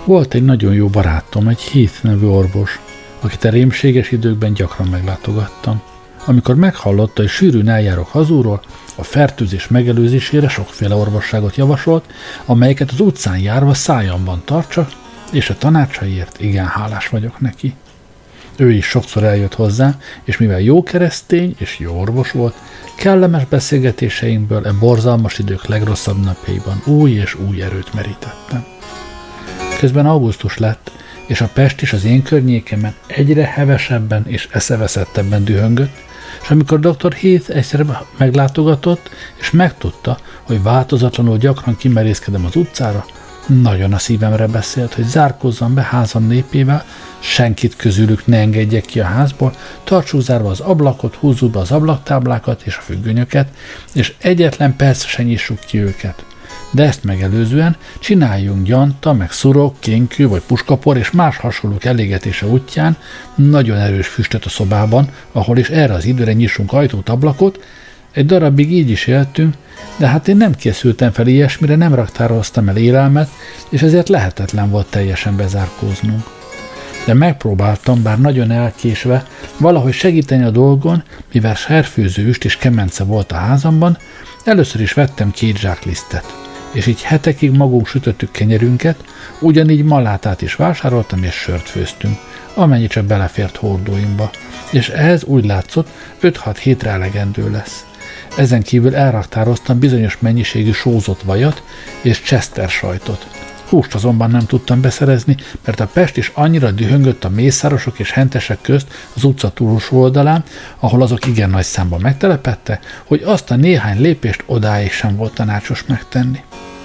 Volt egy nagyon jó barátom, egy Heath nevű orvos, akit a rémséges időkben gyakran meglátogattam. Amikor meghallotta, hogy sűrűn eljárok hazúról, a fertőzés megelőzésére sokféle orvosságot javasolt, amelyeket az utcán járva szájamban tartsak, és a tanácsaiért igen hálás vagyok neki. Ő is sokszor eljött hozzám, és mivel jó keresztény és jó orvos volt, kellemes beszélgetéseinkből e borzalmas idők legrosszabb napjaiban új és új erőt merítettem. Közben augusztus lett, és a pest is az én környékemen egyre hevesebben és eszeveszettebben dühöngött, és amikor dr. Heath egyszer meglátogatott, és megtudta, hogy változatlanul gyakran kimerészkedem az utcára, nagyon a szívemre beszélt, hogy zárkózzam be házam népével, senkit közülük ne engedjek ki a házból, tartsuk zárva az ablakot, húzzuk be az ablaktáblákat és a függönyöket, és egyetlen percre se nyissuk ki őket. De ezt megelőzően csináljunk gyanta, meg szurok, kénkű vagy puskapor és más hasonlók elégetése útján nagyon erős füstöt a szobában, ahol is erre az időre nyissunk ajtót, ablakot. Egy darabig így is éltünk, de hát én nem készültem fel ilyesmire, nem raktároztam el élelmet, és ezért lehetetlen volt teljesen bezárkóznunk. De megpróbáltam, bár nagyon elkésve, valahogy segíteni a dolgon, mivel serfőző üst és kemence volt a házamban, először is vettem 2 zsáklisztet, és így hetekig magunk sütöttük kenyerünket, ugyanígy malátát is vásároltam és sört főztünk, amennyi csak belefért hordóimba, és ehhez úgy látszott 5-6 hétre elegendő lesz. Ezen kívül elraktároztam bizonyos mennyiségű sózott vajat és Chester sajtot. Húst azonban nem tudtam beszerezni, mert a pest is annyira dühöngött a mészárosok és hentesek közt az utca túlsó oldalán, ahol azok igen nagy számban megtelepette, hogy azt a néhány lépést odáig sem volt tanácsos megtenni.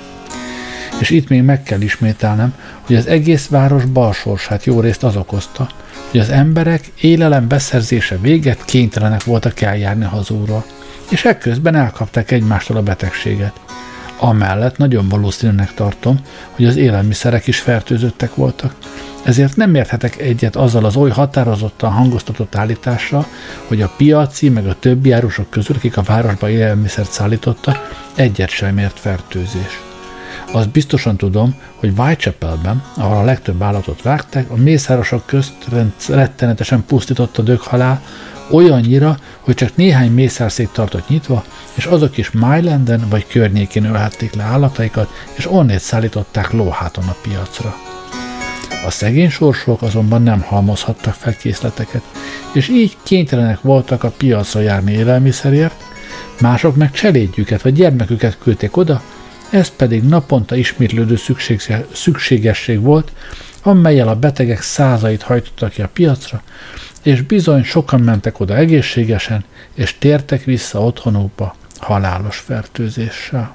És itt még meg kell ismételnem, hogy az egész város balsorsát jó részt az okozta, hogy az emberek élelem beszerzése véget kénytelenek voltak eljárni hazúról, és ekközben elkapták egymástól a betegséget. Amellett nagyon valószínűnek tartom, hogy az élelmiszerek is fertőzöttek voltak. Ezért nem érthetek egyet azzal az oly határozottan hangoztatott állítással, hogy a piaci meg a többi árusok közül, akik a városba élelmiszert szállítottak, egyet sem ért fertőzés. Azt biztosan tudom, hogy Whitechapelben, ahol a legtöbb állatot vágták, a mészárosok közt rettenetesen pusztított a döghalál, olyannyira, hogy csak néhány mészárszék tartott nyitva, és azok is Mylanden vagy környékén ölhették le állataikat, és onnét szállították lóháton a piacra. A szegény sorsok azonban nem halmozhattak fel készleteket, és így kénytelenek voltak a piacra járni élelmiszerért, mások meg cselédjüket vagy gyermeküket küldték oda, ez pedig naponta ismétlődő szükségesség volt, amellyel a betegek százait hajtottak ki a piacra, és bizony sokan mentek oda egészségesen, és tértek vissza otthonukba halálos fertőzéssel.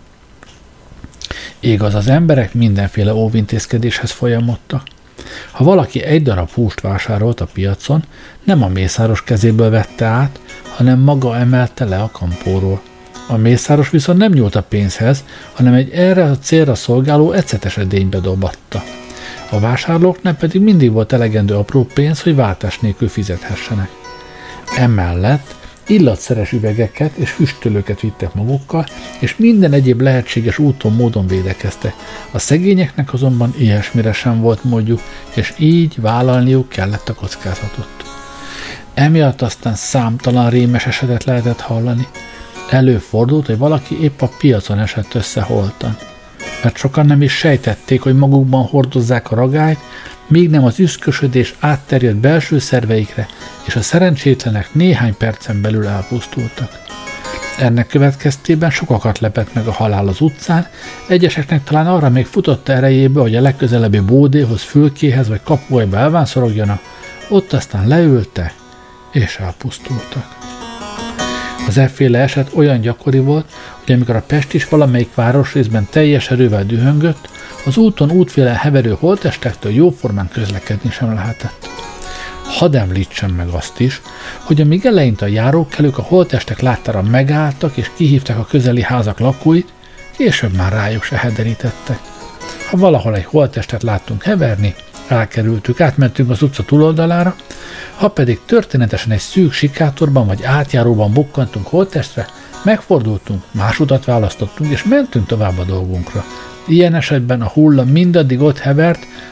Igaz, az emberek mindenféle óvintézkedéshez folyamodtak. Ha valaki egy darab húst vásárolt a piacon, nem a mészáros kezéből vette át, hanem maga emelte le a kampóról. A mészáros viszont nem nyúlt a pénzhez, hanem egy erre a célra szolgáló ecetes edénybe dobatta. A vásárlóknál pedig mindig volt elegendő apró pénz, hogy váltás nélkül fizethessenek. Emellett illatszeres üvegeket és füstölőket vittek magukkal, és minden egyéb lehetséges úton, módon védekeztek. A szegényeknek azonban ilyesmire sem volt módjuk, és így vállalniuk kellett a kockázatot. Emiatt aztán számtalan rémes esetet lehetett hallani. Előfordult, hogy valaki épp a piacon esett össze holtan, mert sokan nem is sejtették, hogy magukban hordozzák a ragályt, míg nem az üszkösödés átterjedt belső szerveikre, és a szerencsétlenek néhány percen belül elpusztultak. Ennek következtében sokakat lepett meg a halál az utcán, egyeseknek talán arra még futott erejébe, hogy a legközelebbi bódéhoz, fülkéhez vagy kapuajba elvánszorogjanak, ott aztán leültek, és elpusztultak. Az efféle eset olyan gyakori volt, hogy amikor a pest is valamelyik városrészben teljes erővel dühöngött, az úton útfélen heverő holttestektől jóformán közlekedni sem lehetett. Hadd említsem meg azt is, hogy amíg eleinte a járókelők a holttestek láttára megálltak és kihívták a közeli házak lakóit, később már rájuk se hederítettek. Ha valahol egy holttestet láttunk heverni, elkerültük, átmentünk az utca túloldalára, ha pedig történetesen egy szűk sikátorban vagy átjáróban bukkantunk holttestre, megfordultunk, más utat választottunk, és mentünk tovább a dolgunkra. Ilyen esetben a hulla mindaddig ott hevert,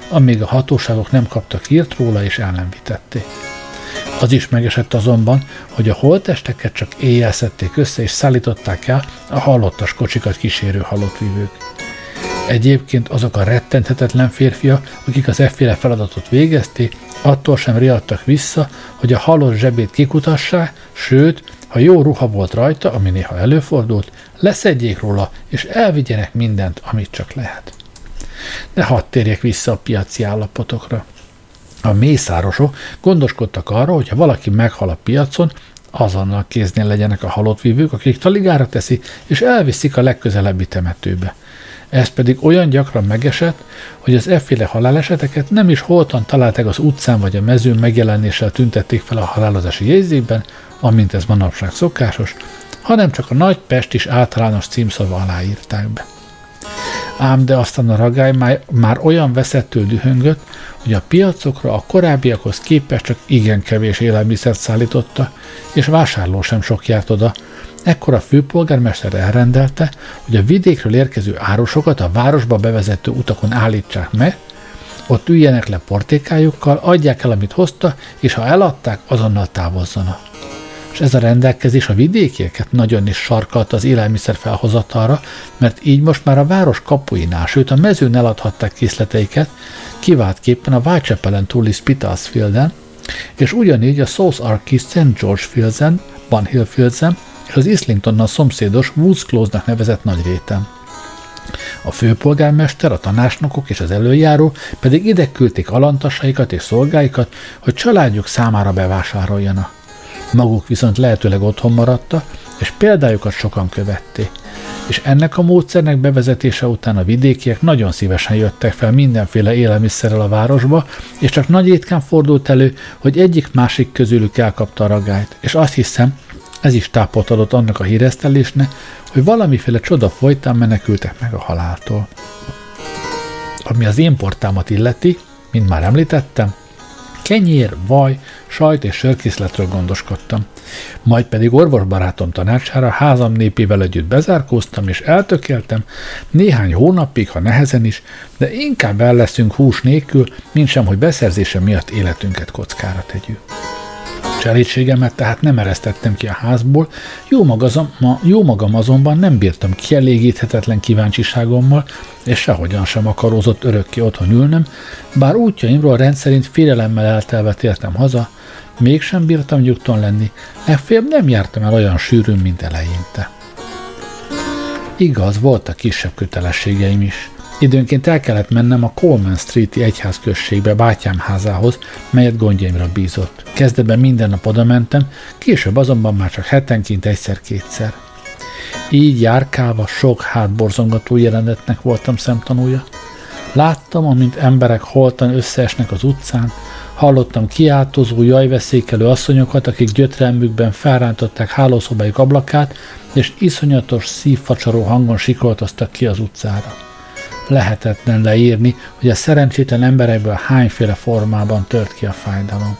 amíg a hatóságok nem kaptak hírt róla és el nem vitették. Az is megesett azonban, hogy a holttesteket csak éjjel szedték össze és szállították el a halottas kocsikat kísérő halottvívők. Egyébként azok a rettenthetetlen férfiak, akik az efféle feladatot végezték, attól sem riadtak vissza, hogy a halott zsebét kikutassák, sőt, ha jó ruha volt rajta, ami néha előfordult, leszedjék róla, és elvigyenek mindent, amit csak lehet. De hadd térjek vissza a piaci állapotokra. A mészárosok gondoskodtak arra, hogy ha valaki meghal a piacon, azonnal kéznél legyenek a halottvívők, akik taligára teszik, és elviszik a legközelebbi temetőbe. Ez pedig olyan gyakran megesett, hogy az efféle haláleseteket nem is holtan találták az utcán vagy a mezőn megjelenéssel tüntették fel a halálozási jegyzékben, amint ez manapság szokásos, hanem csak a nagy Pest is általános címszava alá írták be. Ám de aztán a ragály már olyan veszettől dühöngött, hogy a piacokra a korábbiakhoz képest csak igen kevés élelmiszert szállította, és vásárló sem sok járt oda. Ekkor a főpolgármester elrendelte, hogy a vidékről érkező árusokat a városba bevezető utakon állítsák meg, ott üljenek le portékájukkal, adják el, amit hozta, és ha eladták, azonnal távozzanak. És ez a rendelkezés a vidékieket nagyon is sarkalta az élelmiszer felhozatalra, mert így most már a város kapuinál, sőt a mezőn eladhatták készleteiket, kiváltképpen a Whitechapel-en túli Spitalsfielden, és ugyanígy a South Arky St. George Fields-en, Bunhill Fields-en, és az Islingtonnal szomszédos Woods Close-nak nevezett nagy réten. A főpolgármester, a tanácsnokok és az előjáró pedig ide küldték alantasaikat és szolgáikat, hogy családjuk számára bevásároljanak. Maguk viszont lehetőleg otthon maradtak, és példájukat sokan követték. És ennek a módszernek bevezetése után a vidékiek nagyon szívesen jöttek fel mindenféle élelmiszerrel a városba, és csak nagy ritkán fordult elő, hogy egyik-másik közülük elkapta a ragályt, és azt hiszem, ez is tápot adott annak a híresztelésnek, hogy valamiféle csoda folytán menekültek meg a haláltól. Ami az én portámat illeti, mint már említettem, kenyér, vaj, sajt és sörkészletről gondoskodtam. Majd pedig orvosbarátom tanácsára házam népével együtt bezárkóztam, és eltökéltem, néhány hónapig, ha nehezen is, de inkább el leszünk hús nélkül, mintsem, hogy beszerzése miatt életünket kockára tegyük. Cselítségemet tehát nem eresztettem ki a házból, jó magam azonban nem bírtam kielégíthetetlen kíváncsiságommal, és sehogyan sem akarózott örökké otthon ülnöm, bár útjaimról rendszerint félelemmel eltelve tértem haza, mégsem bírtam nyugton lenni, legfeljebb nem jártam el olyan sűrűn, mint eleinte. Igaz, voltak kisebb kötelességeim is. Időnként el kellett mennem a Coleman Street-i egyházközségbe bátyám házához, melyet gondjaimra bízott. Kezdetben minden nap oda mentem, később azonban már csak hetenként egyszer-kétszer. Így járkálva sok hátborzongató jelenetnek voltam szemtanúja. Láttam, amint emberek holtan összeesnek az utcán, hallottam kiáltozó, jajveszékelő asszonyokat, akik gyötrelmükben felrántották hálószobájuk ablakát, és iszonyatos, szívfacsaró hangon sikoltoztak ki az utcára. Lehetetlen leírni, hogy a szerencsétlen emberekből hányféle formában tört ki a fájdalom.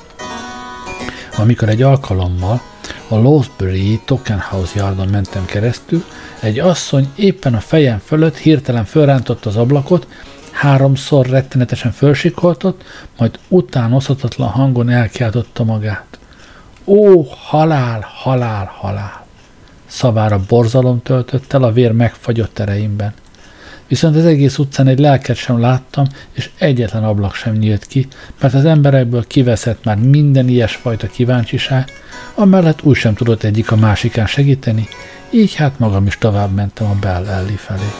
Amikor egy alkalommal a Lowsbury-i Tokenhouse Yardon mentem keresztül, egy asszony éppen a fejem fölött hirtelen fölrántotta az ablakot, 3-szor rettenetesen fölsikoltott, majd utánozhatatlan hangon elkiáltotta magát. Ó, halál, halál, halál! Szavára borzalom töltött el a vér megfagyott ereimben. Viszont az egész utcán egy lelket sem láttam, és egyetlen ablak sem nyílt ki, mert az emberekből kiveszett már minden ilyesfajta kíváncsiság, amellett úgy sem tudott egyik a másikán segíteni, így hát magam is tovább mentem a Bell Alley felé.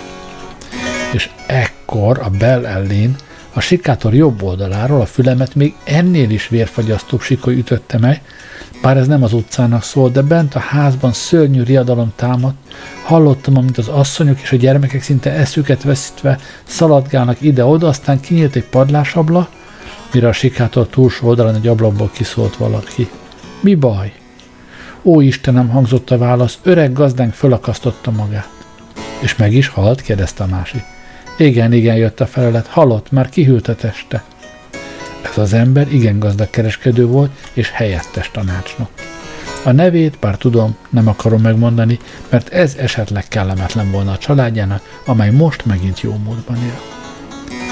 És ekkor a Bell Alley-n a sikátor jobb oldaláról a fülemet még ennél is vérfagyasztóbb sikoly ütötte meg, bár ez nem az utcának szól, de bent a házban szörnyű riadalom támadt, hallottam, amint az asszonyok és a gyermekek szinte eszüket veszítve szaladgálnak ide-oda, aztán kinyílt egy padlásablak, mire a sikátor túlsó oldalán egy ablakból kiszólt valaki. Mi baj? Ó, Istenem, hangzott a válasz, öreg gazdánk fölakasztotta magát. És meg is halt? Kérdezte a másik. Igen, jött a felelet, halott, már kihűlt a teste. Ez az ember igen gazdag kereskedő volt, és helyettes tanácsnok. A nevét, bár tudom, nem akarom megmondani, mert ez esetleg kellemetlen volna a családjának, amely most megint jó módban él.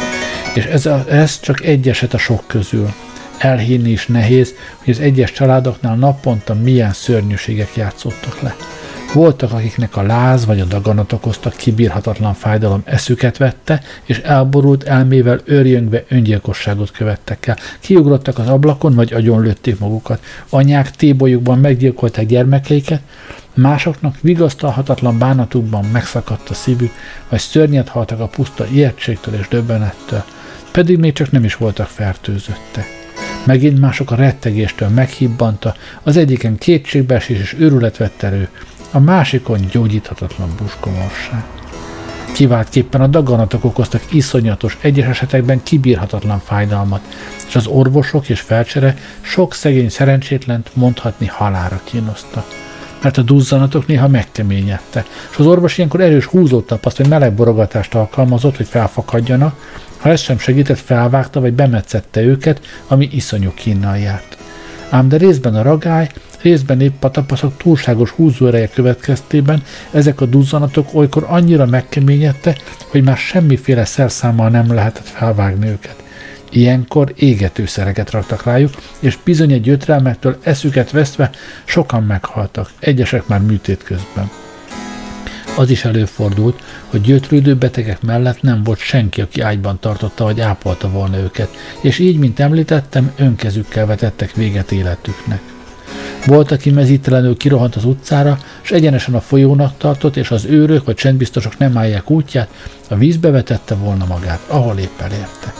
És ez csak egy eset a sok közül. Elhinni is nehéz, hogy az egyes családoknál naponta milyen szörnyűségek játszottak le. Voltak, akiknek a láz vagy a daganat okoztak kibírhatatlan fájdalom eszüket vette, és elborult elmével őrjöngve öngyilkosságot követtek el. Kiugrottak az ablakon, vagy agyonlőtték magukat. Anyák tébolyukban meggyilkolták gyermekeiket, másoknak vigasztalhatatlan bánatukban megszakadt a szívük, vagy szörnyet haltak a puszta ijegységtől és döbbenettől, pedig még csak nem is voltak fertőzöttek. Megint mások a rettegéstől meghibbanta, az egyiken kétségbeesés és őrület vett erő, a másikon gyógyíthatatlan buskomorság. Kiváltképpen a daganatok okoztak iszonyatos, egyes esetekben kibírhatatlan fájdalmat, és az orvosok és felcsere sok szegény szerencsétlent mondhatni halálra kínozta. Mert a duzzanatok néha megkeményedtek, és az orvos ilyenkor erős húzótapaszt vagy meleg borogatást alkalmazott, hogy felfakadjanak, ha ez sem segített, felvágta vagy bemetszette őket, ami iszonyú kínnal járt. Ám de részben a ragály, részben épp a tapaszok túlságos húzóereje következtében ezek a duzzanatok olykor annyira megkeményedte, hogy már semmiféle szerszámmal nem lehetett felvágni őket. Ilyenkor égetőszereket raktak rájuk, és bizony egy gyötrelmektől eszüket vesztve sokan meghaltak, egyesek már műtét közben. Az is előfordult, hogy gyötrődő betegek mellett nem volt senki, aki ágyban tartotta vagy ápolta volna őket, és így, mint említettem, önkezükkel vetettek véget életüknek. Volt, aki mezítelenül kirohant az utcára, s egyenesen a folyónak tartott, és az őrök vagy csendbiztosok nem állják útját, a vízbe vetette volna magát, ahol épp elérte.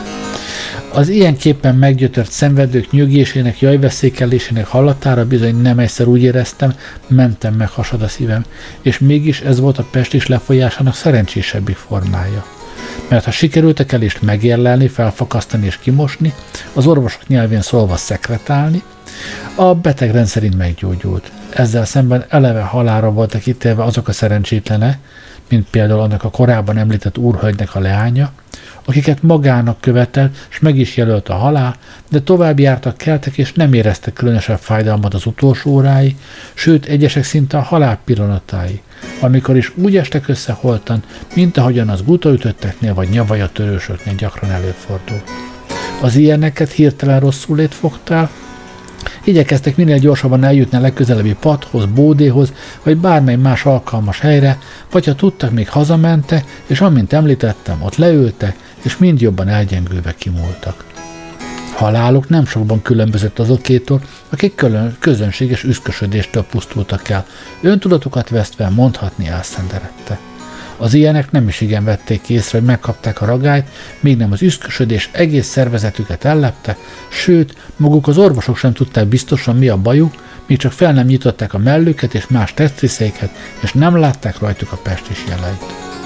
Az ilyenképpen meggyötört szenvedők nyögésének, jajveszékellésének hallatára bizony nem egyszer úgy éreztem, mentem meg hasad a szívem, és mégis ez volt a pestis lefolyásának szerencsésebbik formája. Mert ha sikerült a kelést megérlelni, felfakasztani és kimosni, az orvosok nyelvén szólva szekretálni, a beteg rendszerint meggyógyult. Ezzel szemben eleve halálra voltak ítélve azok a szerencsétlenek, mint például annak a korábban említett úrhölgynek a leánya, akiket magának követel, és meg is jelölt a halál, de tovább jártak keltek, és nem éreztek különösebb fájdalmat az utolsó órái, sőt, egyesek szinte a halál pillanatái, amikor is úgy estek össze holtan, mint ahogyan az gutaütötteknél vagy nyavajatörősöknél gyakran előfordul. Az ilyeneket hirtelen rosszul fogtál, igyekeztek minél gyorsabban eljutni a legközelebbi padhoz, bódéhoz, vagy bármely más alkalmas helyre, vagy ha tudtak, még hazamente, és amint említettem, ott leültek, és mind jobban elgyengülve kimúltak. Haláluk nem sokban különbözött azokétól, akik közönséges üszkösödéstől pusztultak el, öntudatukat vesztve mondhatni elszenderedtek. Az ilyenek nem is igen vették észre, hogy megkapták a ragályt, még nem az üszkösödés egész szervezetüket ellepte, sőt, maguk az orvosok sem tudták biztosan, mi a bajuk, míg csak fel nem nyitották a mellüket és más testrészeiket, és nem látták rajtuk a pestis jeleit.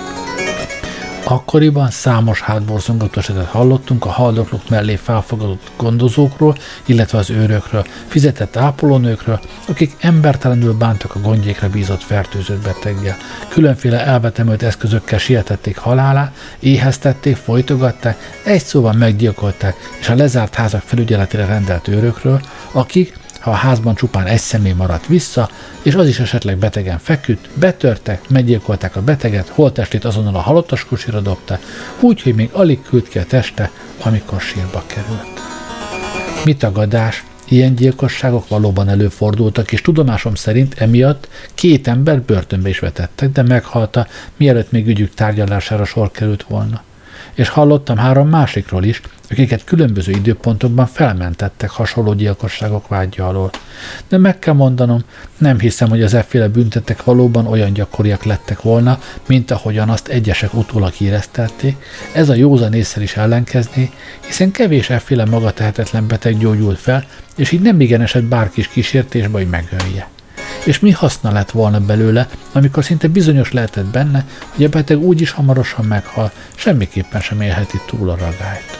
Akkoriban számos hátborzongató esetet hallottunk a haldoklók mellé felfogadott gondozókról, illetve az őrökről, fizetett ápolónőkről, akik embertelenül bántak a gondjékra bízott fertőzött beteggel. Különféle elvetemült eszközökkel sietették halálá, éheztették, folytogatták, egy szóval meggyilkolták, és a lezárt házak felügyeletére rendelt őrökről, akik, ha a házban csupán egy személy maradt vissza, és az is esetleg betegen feküdt, betörtek, meggyilkolták a beteget, holttestét azonnal a halottas kocsira dobták, úgy, hogy még alig küld ki a teste, amikor sírba került. Mi tagadás, ilyen gyilkosságok valóban előfordultak, és tudomásom szerint emiatt 2 ember börtönbe is vetettek, de meghalta, mielőtt még ügyük tárgyalására sor került volna. És hallottam 3 másikról is, akiket különböző időpontokban felmentettek hasonló gyilkosságok vádja alól. De meg kell mondanom, nem hiszem, hogy az efféle büntetek valóban olyan gyakoriak lettek volna, mint ahogyan azt egyesek utólag híresztelték, ez a józan ésszel is ellenkezné, hiszen kevés efféle magatehetetlen beteg gyógyult fel, és így nem igen esett bárki is kísértésbe, hogy megölje. És mi haszna lett volna belőle, amikor szinte bizonyos lehetett benne, hogy a beteg úgyis hamarosan meghal, semmiképpen sem élheti túl a ragályt.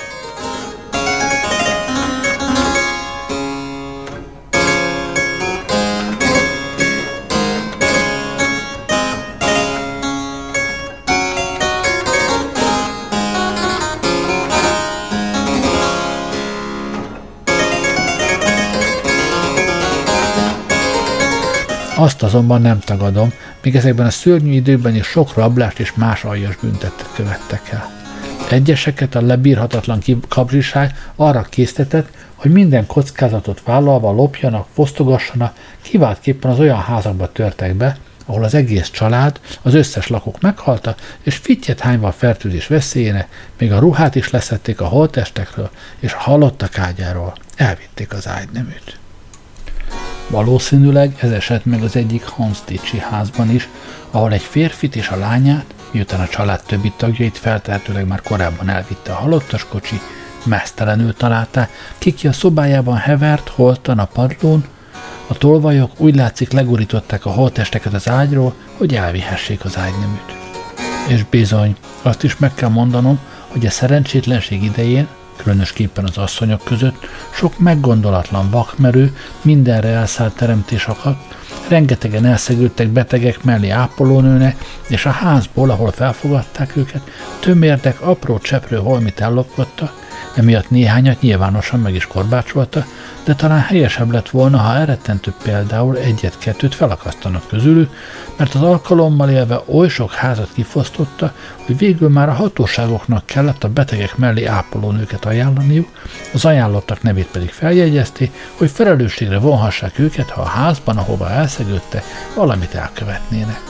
Azt azonban nem tagadom, míg ezekben a szörnyű időkben is sok rablást és más aljas büntettet követtek el. Egyeseket a lebírhatatlan kapzsiság arra késztetett, hogy minden kockázatot vállalva lopjanak, fosztogassanak, kiváltképpen az olyan házakba törtek be, ahol az egész család, az összes lakók meghaltak, és fittyet hányva a fertőzés veszélyének, még a ruhát is leszették a holttestekről, és a halottak ágyáról elvitték az ágyneműt. Valószínűleg ez esett meg az egyik Hansdicsi házban is, ahol egy férfit és a lányát, miután a család többi tagjait feltehetőleg már korábban elvitte a halottas kocsi, meztelenül találták, ki a szobájában hevert, holtan a padlón, a tolvajok úgy látszik legurították a holttesteket az ágyról, hogy elvihessék az ágyneműt. És bizony, azt is meg kell mondanom, hogy a szerencsétlenség idején, különösképpen az asszonyok között, sok meggondolatlan, vakmerő, mindenre elszállt teremtés akadt, rengetegen elszegődtek betegek mellé ápolónőnek, és a házból, ahol felfogadták őket, tömérdek, apró cseprő holmit ellopkodtak, emiatt néhányat nyilvánosan meg is korbácsoltak, de talán helyesebb lett volna, ha elrettentő például egyet-kettőt felakasztanak közülük, mert az alkalommal élve oly sok házat kifosztotta, hogy végül már a hatóságoknak kellett a betegek mellé ápolónőket ajánlaniuk, az ajánlottak nevét pedig feljegyezték, hogy felelősségre vonhassák őket, ha a házban, ahova elszegődtek, valamit elkövetnének.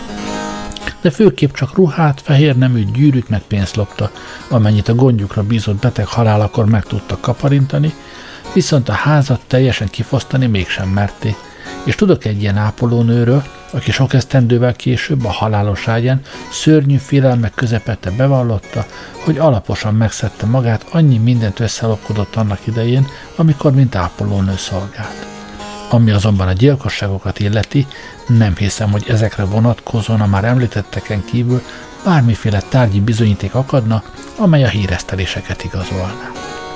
De főképp csak ruhát, fehér nemű gyűrűt meg pénzt lopta, amennyit a gondjukra bízott beteg halálakor meg tudtak kaparintani, viszont a házat teljesen kifosztani mégsem merték. És tudok egy ilyen ápolónőről, aki sok esztendővel később a halálos ágyán szörnyű félelmek közepette bevallotta, hogy alaposan megszedte magát, annyi mindent összelopkodott annak idején, amikor mint ápolónő szolgált. Ami azonban a gyilkosságokat illeti, nem hiszem, hogy ezekre vonatkozóan a már említetteken kívül bármiféle tárgyi bizonyíték akadna, amely a híreszteléseket igazolná.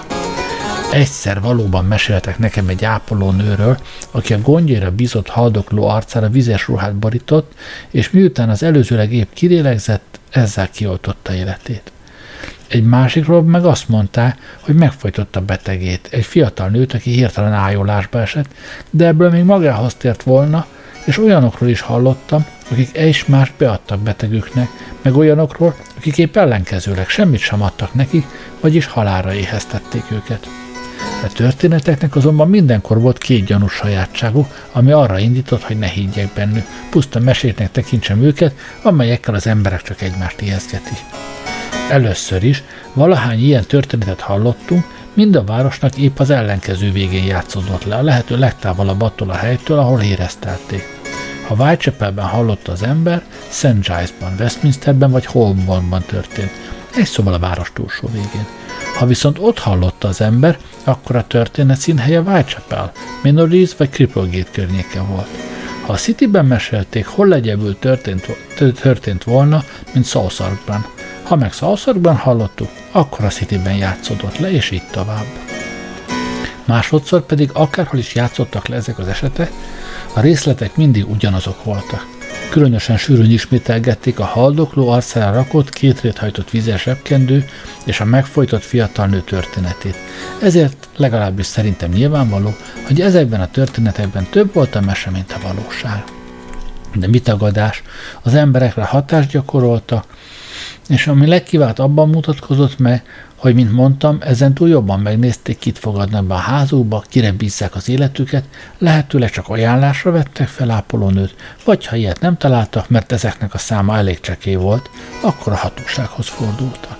Egyszer valóban meséltek nekem egy ápolónőről, aki a gondjaira bízott haldokló arcára vizes ruhát borított, és miután az előzőleg épp kirélegzett, ezzel kioltotta életét. Egy másikról meg azt mondta, hogy megfojtotta betegét, egy fiatal nőt, aki hirtelen ájulásba esett, de ebből még magához tért volna, és olyanokról is hallottam, akik egymást beadtak betegüknek, meg olyanokról, akik épp ellenkezőleg semmit sem adtak nekik, vagyis halálra éheztették őket. A történeteknek azonban mindenkor volt két gyanús sajátságuk, ami arra indított, hogy ne higgyek bennük, puszta meséknek tekintsem őket, amelyekkel az emberek csak egymást ijesztgetik. Először is, valahány ilyen történetet hallottunk, mind a városnak épp az ellenkező végén játszódott le, a lehető legtávolabb attól a helytől, ahol éreztelték. Ha Whitechapelben hallotta az ember, St. Gilesban, Westminsterben vagy Holbornban történt, egy szóval a város túlsó végén. Ha viszont ott hallotta az ember, akkor a történet színhelye Whitechapel, Minories vagy Cripplegate környéken volt. Ha a Cityben mesélték, hol egyébül történt volna, mint Southwarkban. Ha meg Southwarkban hallottuk, akkor a Cityben játszódott le, és így tovább. Másodszor pedig akárhol is játszottak le ezek az esetek, a részletek mindig ugyanazok voltak. Különösen sűrűn ismételgették a haldokló arcára rakott, kétréthajtott vizes zsebkendő és a megfojtott fiatal nő történetét. Ezért legalábbis szerintem nyilvánvaló, hogy ezekben a történetekben több volt a mese, mint a valóság. De mi tagadás, az emberekre hatást gyakorolta, és ami legkivált abban mutatkozott meg, hogy, mint mondtam, ezentúl jobban megnézték, kit fogadnak be a házukba, kire bízzák az életüket, lehetőleg csak ajánlásra vettek fel ápolónőt, vagy ha ilyet nem találtak, mert ezeknek a száma elég csekély volt, akkor a hatósághoz fordultak.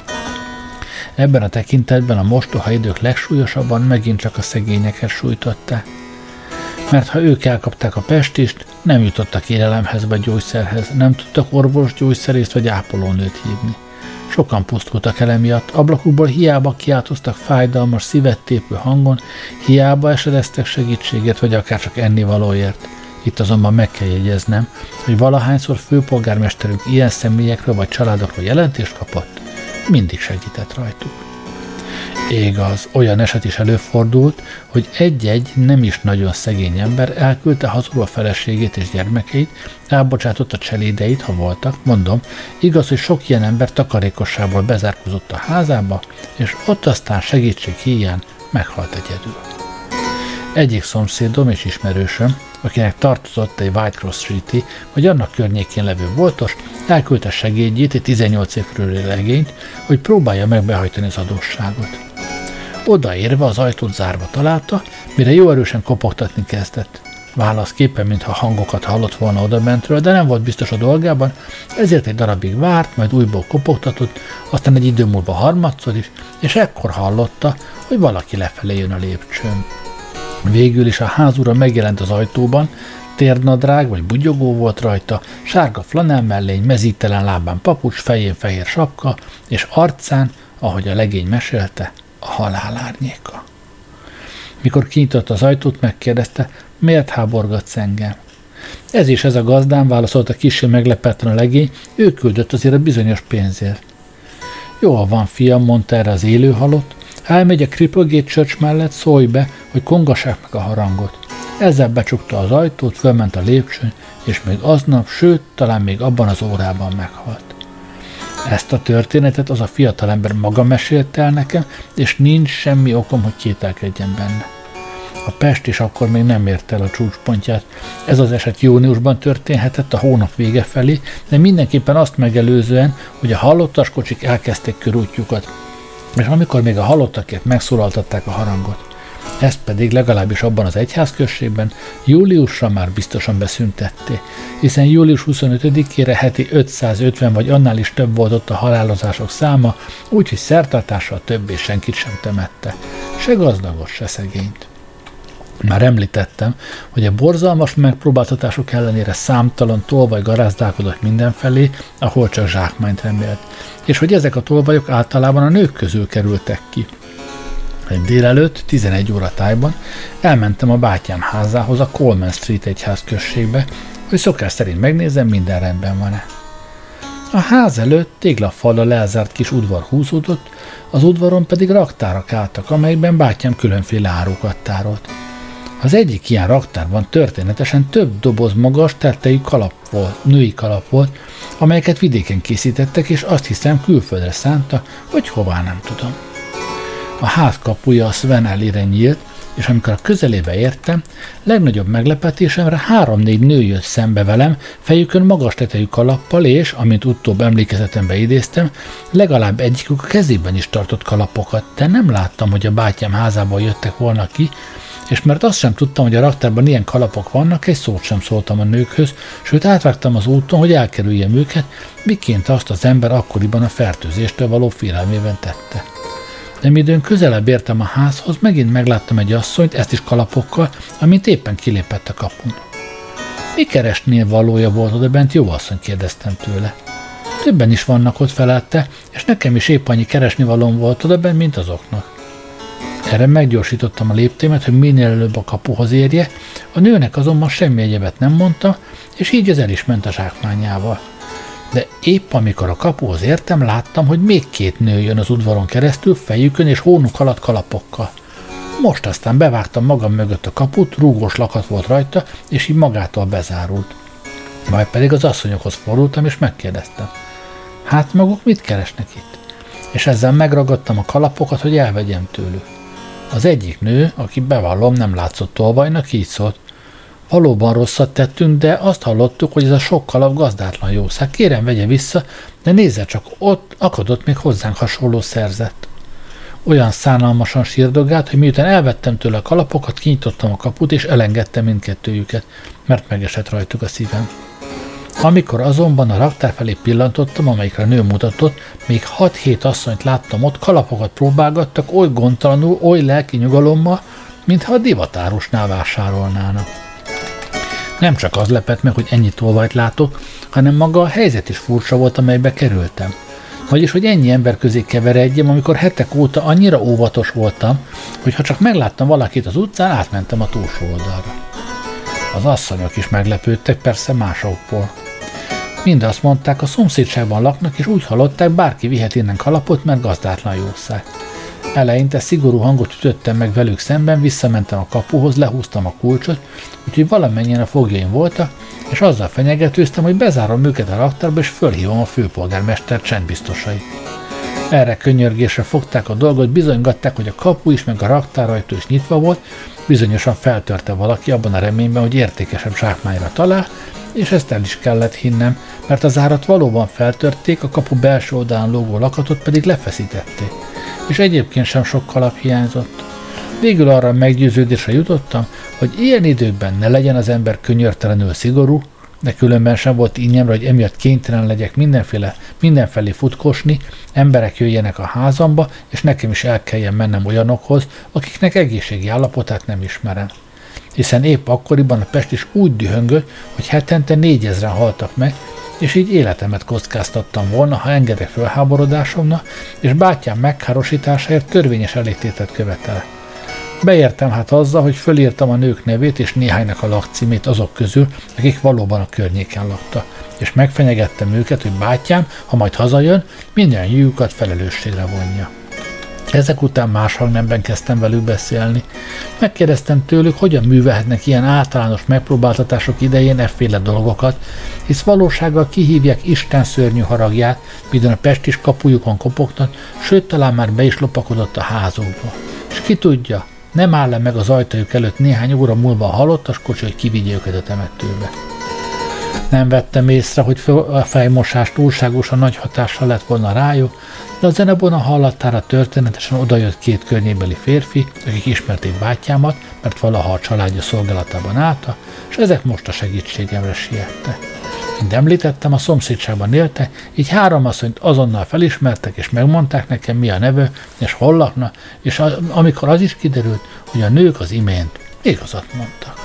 Ebben a tekintetben a mostoha idők legsúlyosabban megint csak a szegényeket sújtották. Mert ha ők elkapták a pestist, nem jutottak élelemhez vagy gyógyszerhez, nem tudtak orvos, gyógyszerészt vagy ápolónőt hívni. Sokan pusztultak el emiatt, ablakukból hiába kiáltoztak fájdalmas, szívet tépő hangon, hiába esedeztek segítséget, vagy akár csak ennivalóért. Itt azonban meg kell jegyeznem, hogy valahányszor főpolgármesterünk ilyen személyekről vagy családokról jelentést kapott, mindig segített rajtuk. Igaz, olyan eset is előfordult, hogy egy-egy nem is nagyon szegény ember elküldte hazul a feleségét és gyermekeit, elbocsátotta cselédeit, ha voltak, mondom, igaz, hogy sok ilyen ember takarékosságból bezárkózott a házába, és ott aztán segítség híján meghalt egyedül. Egyik szomszédom és ismerősöm, akinek tartozott egy Whitecross Street-i vagy annak környékén levő boltos, elküldte segédjét, egy 18 év körüli legényt, hogy próbálja meg behajtani az adósságot. Odaérve az ajtót zárva találta, mire jó erősen kopogtatni kezdett. Válaszképpen, mintha hangokat hallott volna odabentről, de nem volt biztos a dolgában, ezért egy darabig várt, majd újból kopogtatott, aztán egy idő múlva harmadszor is, és ekkor hallotta, hogy valaki lefelé jön a lépcsőn. Végül is a házura megjelent az ajtóban, térnadrág vagy bugyogó volt rajta, sárga flanell mellény, mezítelen lábán papucs, fején fehér sapka, és arcán, ahogy a legény mesélte, a halál árnyéka. Mikor kinyitotta az ajtót, megkérdezte, miért háborgatsz engem? Ez a gazdám, válaszolta kissé meglepetten a legény, ő küldött azért a bizonyos pénzért. Jól van, fiam, mondta erre az élő halott, ha elmegy a Cripplegate Church mellett, szólj be, hogy kongassák meg a harangot. Ezzel becsukta az ajtót, fölment a lépcsőn, és még aznap, sőt, talán még abban az órában meghalt. Ezt a történetet az a fiatalember maga mesélte el nekem, és nincs semmi okom, hogy kételkedjen benne. A Pest is akkor még nem ért el a csúcspontját. Ez az eset júniusban történhetett a hónap vége felé, de mindenképpen azt megelőzően, hogy a halottas kocsik elkezdték körútjukat, és amikor még a halottakért megszólaltatták a harangot. Ezt pedig legalábbis abban az egyházközségben júliusra már biztosan beszüntették, hiszen július 25-ére heti 550 vagy annál is több volt ott a halálozások száma, úgyhogy szertartással többé senkit sem temette, se gazdagot, se szegényt. Már említettem, hogy a borzalmas megpróbáltatások ellenére számtalan tolvaj garázdálkodott mindenfelé, ahol csak zsákmányt remélt, és hogy ezek a tolvajok általában a nők közül kerültek ki. Egy délelőtt, 11 óra tájban elmentem a bátyám házához a Coleman Street egyházközségbe, hogy szokás szerint megnézem, minden rendben van-e. A ház előtt téglafallal elzárt kis udvar húzódott, az udvaron pedig raktárak álltak, amelyekben bátyám különféle árukat tárolt. Az egyik ilyen raktárban történetesen több doboz magas, tettejű női kalap volt, amelyeket vidéken készítettek, és azt hiszem külföldre szánta, vagy hová nem tudom. A ház kapuja a Swan Alley-re nyílt, és amikor a közelébe értem, legnagyobb meglepetésemre 3-4 nő jött szembe velem, fejükön magas tetejű kalappal, és, amint utóbb emlékezetembe idéztem, legalább egyikük a kezében is tartott kalapokat, de nem láttam, hogy a bátyám házából jöttek volna ki, és mert azt sem tudtam, hogy a raktárban ilyen kalapok vannak, egy szót sem szóltam a nőkhöz, sőt átvágtam az úton, hogy elkerüljem őket, miként azt az ember akkoriban a fertőzéstől való félelmében tette. De midőn közelebb értem a házhoz, megint megláttam egy asszonyt, ezt is kalapokkal, amint éppen kilépett a kapun. Mi keresnél valója volt odabent, jó asszony, kérdeztem tőle. Többen is vannak ott, felelte, és nekem is épp annyi keresnivalóm volt odabent, mint azoknak. Erre meggyorsítottam a léptémet, hogy minél előbb a kapuhoz érje, a nőnek azonban semmi egyebet nem mondta, és így az el is ment a zsákmányával. De épp amikor a kapuhoz értem, láttam, hogy még 2 nő jön az udvaron keresztül, fejükön és hónuk alatt kalapokkal. Most aztán bevágtam magam mögött a kaput, rúgós lakat volt rajta, és így magától bezárult. Majd pedig az asszonyokhoz fordultam, és megkérdeztem. Hát maguk mit keresnek itt? És ezzel megragadtam a kalapokat, hogy elvegyem tőlük. Az egyik nő, aki bevallom nem látszott tolvajnak, így szólt. Valóban rosszat tettünk, de azt hallottuk, hogy ez a sok kalap gazdátlan jószág. Kérem, vegye vissza, de nézze csak, ott akadott még hozzánk hasonló szerzett. Olyan szánalmasan sírdogált, hogy miután elvettem tőle a kalapokat, kinyitottam a kaput, és elengedtem mindkettőjüket, mert megesett rajtuk a szívem. Amikor azonban a raktár felé pillantottam, amelyikre a nő mutatott, még 6-7 asszonyt láttam ott, kalapokat próbálgattak, oly gondtalanul, oly lelki nyugalommal, mintha a divatárusnál vásárolnának. Nem csak az lepett meg, hogy ennyi tolvajt látok, hanem maga a helyzet is furcsa volt, amelybe kerültem. Vagyis, hogy ennyi ember közé keveredjem, amikor hetek óta annyira óvatos voltam, hogy ha csak megláttam valakit az utcán, átmentem a túlsó oldalra. Az asszonyok is meglepődtek, persze másokból. Mind azt mondták, a szomszédságban laknak, és úgy hallották, bárki vihet innen kalapot, mert gazdátlan jószág. Eleinte szigorú hangot ütöttem meg velük szemben, visszamentem a kapuhoz, lehúztam a kulcsot, úgyhogy valamennyien a fogjaim voltak, és azzal fenyegetőztem, hogy bezárom őket a raktárba, és fölhívom a főpolgármester csendbiztosait. Erre könyörgésre fogták a dolgot, bizonygatták, hogy a kapu is, meg a raktárajtó is nyitva volt, bizonyosan feltörte valaki abban a reményben, hogy értékesebb zsákmányra talál, és ezt el is kellett hinnem, mert az árat valóban feltörték, a kapu belső oldalán lógó lakatot pedig lefeszítették, és egyébként sem sok kalap hiányzott. Végül arra meggyőződésre jutottam, hogy ilyen időkben ne legyen az ember könyörtelenül szigorú, de különben sem volt ínyemre, hogy emiatt kénytelen legyek mindenfelé futkosni, emberek jöjjenek a házamba, és nekem is el kelljen mennem olyanokhoz, akiknek egészségi állapotát nem ismerem. Hiszen épp akkoriban a Pest is úgy dühöngött, hogy hetente 4000-en haltak meg, és így életemet kockáztattam volna, ha engedek fölháborodásomnak, és bátyám megkárosításáért törvényes elégtételt követelek. Beértem hát azzal, hogy fölírtam a nők nevét és néhánynak a lakcímét azok közül, akik valóban a környéken laktak, és megfenyegettem őket, hogy bátyám, ha majd hazajön, minden jújukat felelősségre vonja. Ezek után más hangnemben kezdtem velük beszélni. Megkérdeztem tőlük, hogyan művelhetnek ilyen általános megpróbáltatások idején efféle dolgokat, hisz valósággal kihívják Isten szörnyű haragját, midőn a pestis kapujukon kopogtat, sőt talán már be is lopakodott a házukba. És ki tudja, nem áll meg az ajtajuk előtt néhány óra múlva a halottas kocsi, hogy kivigye őket a temetőbe. Nem vettem észre, hogy a fejmosás túlságosan nagy hatással lett volna rájuk, de a zenebona hallatára történetesen odajött két környébeli férfi, akik ismerték bátyámat, mert valaha a családja szolgálatában álltak, és ezek most a segítségemre siettek. Mint említettem, a szomszédságban éltek, így 3 asszonyt azonnal felismertek, és megmondták nekem, mi a neve, és hol lakna, és amikor az is kiderült, hogy a nők az imént igazat mondtak.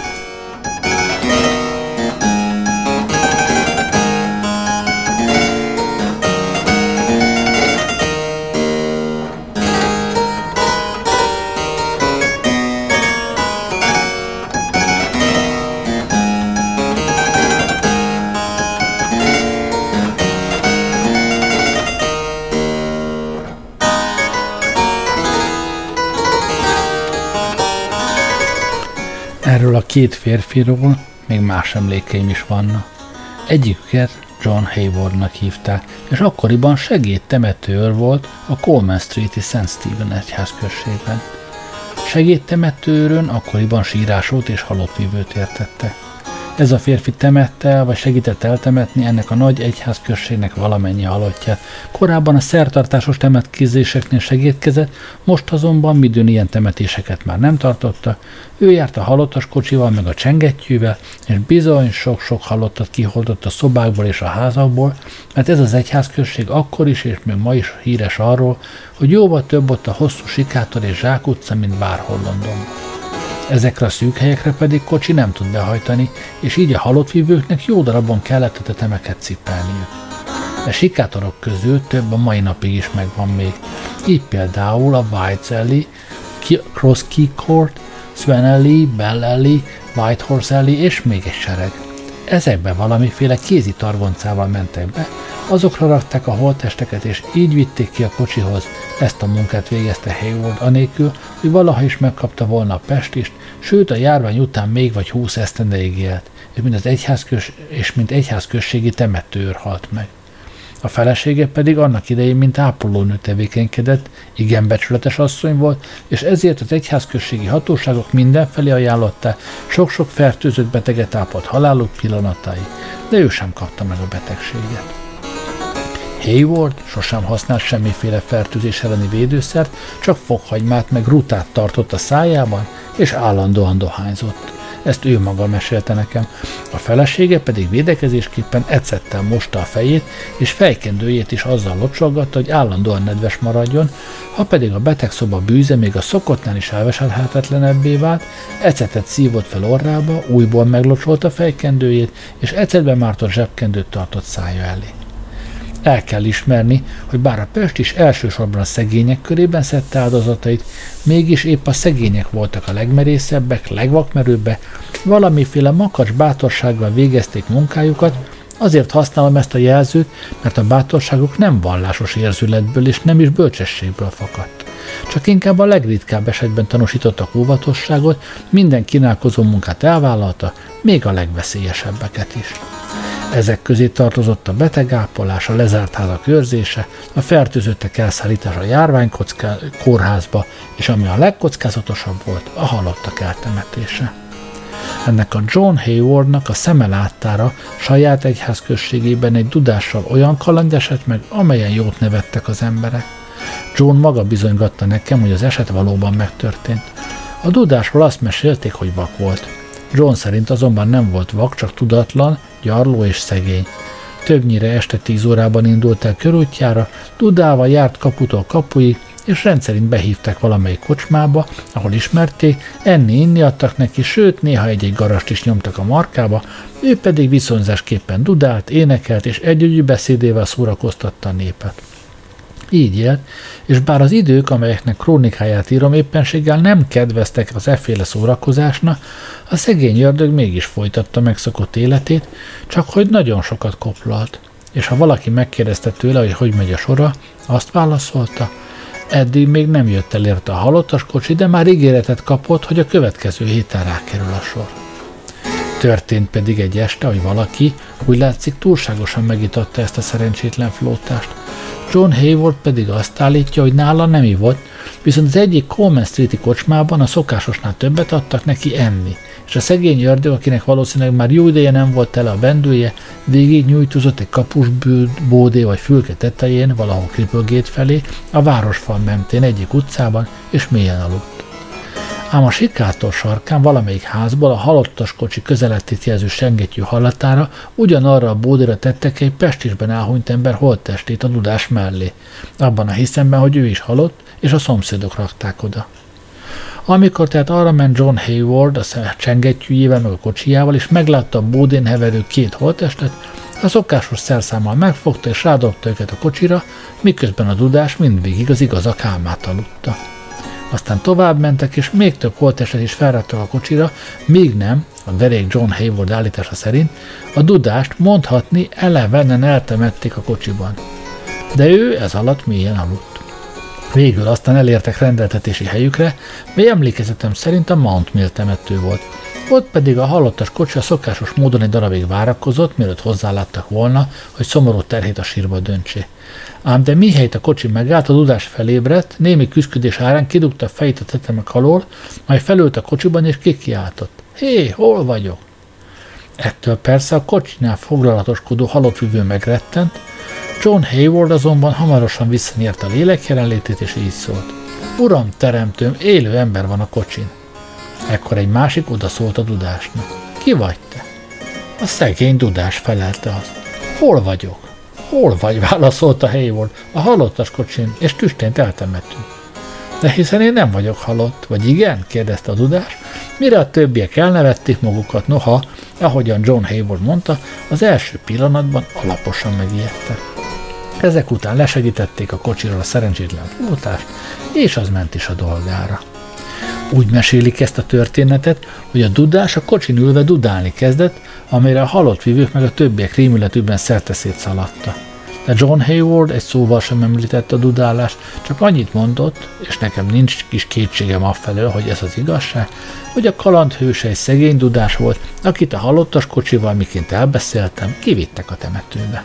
Erről a két férfiról még más emlékeim is vannak. Egyiküket John Haywardnak hívták, és akkoriban segédtemetőőr volt a Coleman Street-i St. Stephen egyházközségben. Segédtemetőőrön akkoriban sírásolt és halottvívőt értettek. Ez a férfi temette, vagy segített eltemetni ennek a nagy egyházközségnek valamennyi halottját. Korábban a szertartásos temetkezéseknél segédkezett, most azonban midőn ilyen temetéseket már nem tartotta. Ő járt a halottas kocsival meg a csengettyűvel, és bizony sok-sok halottat kiholdott a szobákból és a házakból, mert ez az egyházközség akkor is és még ma is híres arról, hogy jóval több ott a hosszú sikátor és zsákutca, mint bárhol Londonban. Ezekre a szűk helyekre pedig kocsi nem tud behajtani, és így a halottvívőknek jó darabon kellett a tetemeket cipelniük. A sikátorok közül több a mai napig is megvan még. Így például a White's Alley, Cross Key Court, Swan Alley, Bell Alley, White Horse Alley és még egy sereg. Ezekbe valamiféle kézi targoncával mentek be, azokra rakták a holttesteket, és így vitték ki a kocsihoz. Ezt a munkát végezte Hayward anélkül, hogy valaha is megkapta volna a pestist, sőt a járvány után még vagy 20 esztendeig élt, és mint egyházközségi temetőőr halt meg. A felesége pedig annak idején, mint ápolónő tevékenykedett, igen becsületes asszony volt, és ezért az egyházközségi hatóságok mindenfelé ajánlották, sok-sok fertőzött beteget ápolt haláluk pillanatáig, de ő sem kapta meg a betegséget. Hayward sosem használt semmiféle fertőzés elleni védőszert, csak fokhagymát meg rutát tartott a szájában, és állandóan dohányzott. Ezt ő maga mesélte nekem. A felesége pedig védekezésképpen ecettel mosta a fejét, és fejkendőjét is azzal locsolgatta, hogy állandóan nedves maradjon, ha pedig a betegszoba bűze még a szokottnál is elviselhetetlenebbé vált, ecetet szívott fel orrába, újból meglocsolta a fejkendőjét, és ecetben mártott zsebkendőt tartott szája elé. El kell ismerni, hogy bár a Pest is elsősorban a szegények körében szedte áldozatait, mégis épp a szegények voltak a legmerészebbek, legvakmerőbbek, valamiféle makacs bátorsággal végezték munkájukat. Azért használom ezt a jelzőt, mert a bátorságuk nem vallásos érzületből és nem is bölcsességből fakadt. Csak inkább a legritkább esetben tanúsítottak óvatosságot, minden kínálkozó munkát elvállalta, még a legveszélyesebbeket is. Ezek közé tartozott a betegápolás, a lezárt házak őrzése, a fertőzöttek elszállítása a járványkórházba, és ami a legkockázatosabb volt, a halottak eltemetése. Ennek a John Haywardnak a szeme láttára saját egyházközségében egy dudással olyan kaland esett meg, amelyen jót nevettek az emberek. John maga bizonygatta nekem, hogy az eset valóban megtörtént. A dudásról azt mesélték, hogy vak volt. John szerint azonban nem volt vak, csak tudatlan, gyarló és szegény. Többnyire este 10 órában indult el körútjára, dudával járt kaputól kapuig, és rendszerint behívták valamelyik kocsmába, ahol ismerték, enni-inni adtak neki, sőt, néha egy-egy garast is nyomtak a markába, ő pedig viszonyzásképpen dudált, énekelt, és együgyű beszédével szórakoztatta a népet. Így élt, és bár az idők, amelyeknek krónikáját írom, éppenséggel nem kedveztek az efféle szórakozásnak, a szegény ördög mégis folytatta megszokott életét, csak hogy nagyon sokat koplalt, és ha valaki megkérdezte tőle, hogy megy a sora, azt válaszolta, eddig még nem jött el érte a halottas kocsi, de már ígéretet kapott, hogy a következő héten rákerül a sor. Történt pedig egy este, hogy valaki, úgy látszik, túlságosan megitatta ezt a szerencsétlen flótást. John Hayward pedig azt állítja, hogy nála nem ivott, viszont az egyik Coleman Street-i kocsmában a szokásosnál többet adtak neki enni, és a szegény ördög, akinek valószínűleg már jó ideje nem volt tele a bendője, végig nyújtózott egy kapusbódé vagy fülke tetején, valahol Cripplegate felé, a városfal mentén egyik utcában, és mélyen aludt. Ám a sikátor sarkán valamelyik házból a halottas kocsi közelettét jelző sengettyű hallatára ugyanarra a bódéra tettek egy pestisben elhunyt ember holttestét a dudás mellé, abban a hiszemben, hogy ő is halott, és a szomszédok rakták oda. Amikor tehát arra ment John Hayward a csengettyűjével meg a kocsijával, és meglátta a bódén heverő 2 holttestet, a szokásos szerszámmal megfogta és rádobta őket a kocsira, miközben a dudás mindvégig az igazak álmát aludta. Aztán tovább mentek, és még több holttestet is felraktak a kocsira, míg nem, a derék John Hayward állítása szerint, a dudást mondhatni elevenen eltemették a kocsiban. De ő ez alatt mélyen aludt. Végül aztán elértek rendeltetési helyükre, mely emlékezetem szerint a Mount Mill temető volt. Ott pedig a halottas kocsi a szokásos módon egy darabig várakozott, mielőtt hozzáláttak volna, hogy szomorú terhét a sírba döntsé. Ám de mihelyt a kocsi megállt, a dudás felébredt, némi küszködés árán kidugta a fejét a tetemek alól, majd felült a kocsiban és kikiáltott. Hé, hol vagyok? Ettől persze a kocsinál foglalatoskodó halottvívő megrettent, John Hayward azonban hamarosan visszanyerte a lélek jelenlétét, és így szólt. Uram, teremtőm, élő ember van a kocsin. Ekkor egy másik odaszólt a dudásnak. Ki vagy te? A szegény dudás felelte azt. Hol vagyok? Hol vagy? Válaszolta Hayward. A halottas kocsin, és tüstént eltemetünk. De hiszen én nem vagyok halott, vagy igen? Kérdezte a dudás, mire a többiek elnevették magukat, noha, ahogyan John Hayward mondta, az első pillanatban alaposan megijedtek. Ezek után lesegítették a kocsiról a szerencsétlen flótást, és az ment is a dolgára. Úgy mesélik ezt a történetet, hogy a dudás a kocsin ülve dudálni kezdett, amire a halott vívők meg a többiek rémületükben szerteszét szaladta. De John Hayward egy szóval sem említette a dudálást, csak annyit mondott, és nekem nincs kis kétségem afelől, hogy ez az igazság, hogy a kaland hőse egy szegény dudás volt, akit a halottas kocsival, miként elbeszéltem, kivittek a temetőbe.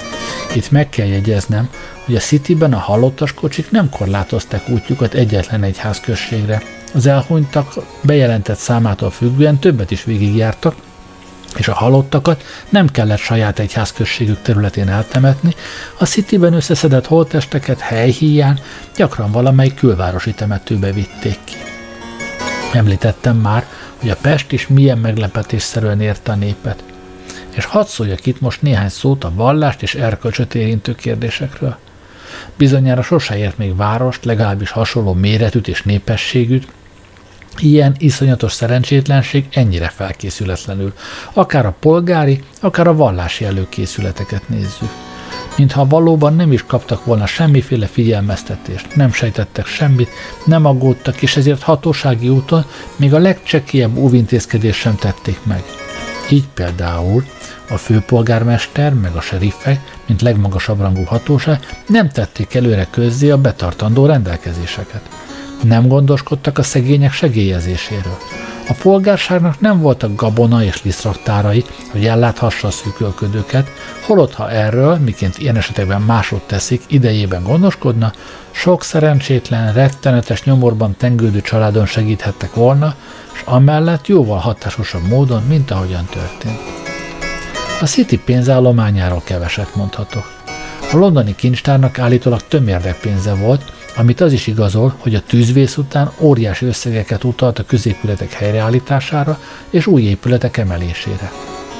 Itt meg kell jegyeznem, hogy a Cityben a halottas kocsik nem korlátozták útjukat egyetlen egyházközségre. Az elhunytak bejelentett számától függően többet is végigjártak, és a halottakat nem kellett saját egyházközségük területén eltemetni, a Cityben összeszedett holttesteket helyhíján gyakran valamely külvárosi temetőbe vitték ki. Említettem már, hogy a Pest is milyen meglepetésszerűen érte a népet. És hadd szóljak itt most néhány szót a vallást és erkölcsöt érintő kérdésekről. Bizonyára sose ért még várost, legalábbis hasonló méretűt és népességűt, ilyen iszonyatos szerencsétlenség ennyire felkészületlenül, akár a polgári, akár a vallási előkészületeket nézzük. Mintha valóban nem is kaptak volna semmiféle figyelmeztetést, nem sejtettek semmit, nem aggódtak, és ezért hatósági úton még a legcsekélyebb óvintézkedést sem tették meg. Így például a főpolgármester meg a seriffek, mint legmagasabb rangú hatóság nem tették előre közzé a betartandó rendelkezéseket. Nem gondoskodtak a szegények segélyezéséről. A polgárságnak nem voltak gabona és lisztraktárai, hogy elláthassa a szűkölködőket, holott ha erről, miként ilyen esetekben másod teszik, idejében gondoskodna, sok szerencsétlen, rettenetes nyomorban tengődő családon segíthettek volna, és amellett jóval hatásosabb módon, mint ahogyan történt. A City pénzállományáról keveset mondhatok. A londoni kincstárnak állítólag tömérdek pénze volt, amit az is igazol, hogy a tűzvész után óriási összegeket utalt a középületek helyreállítására és új épületek emelésére.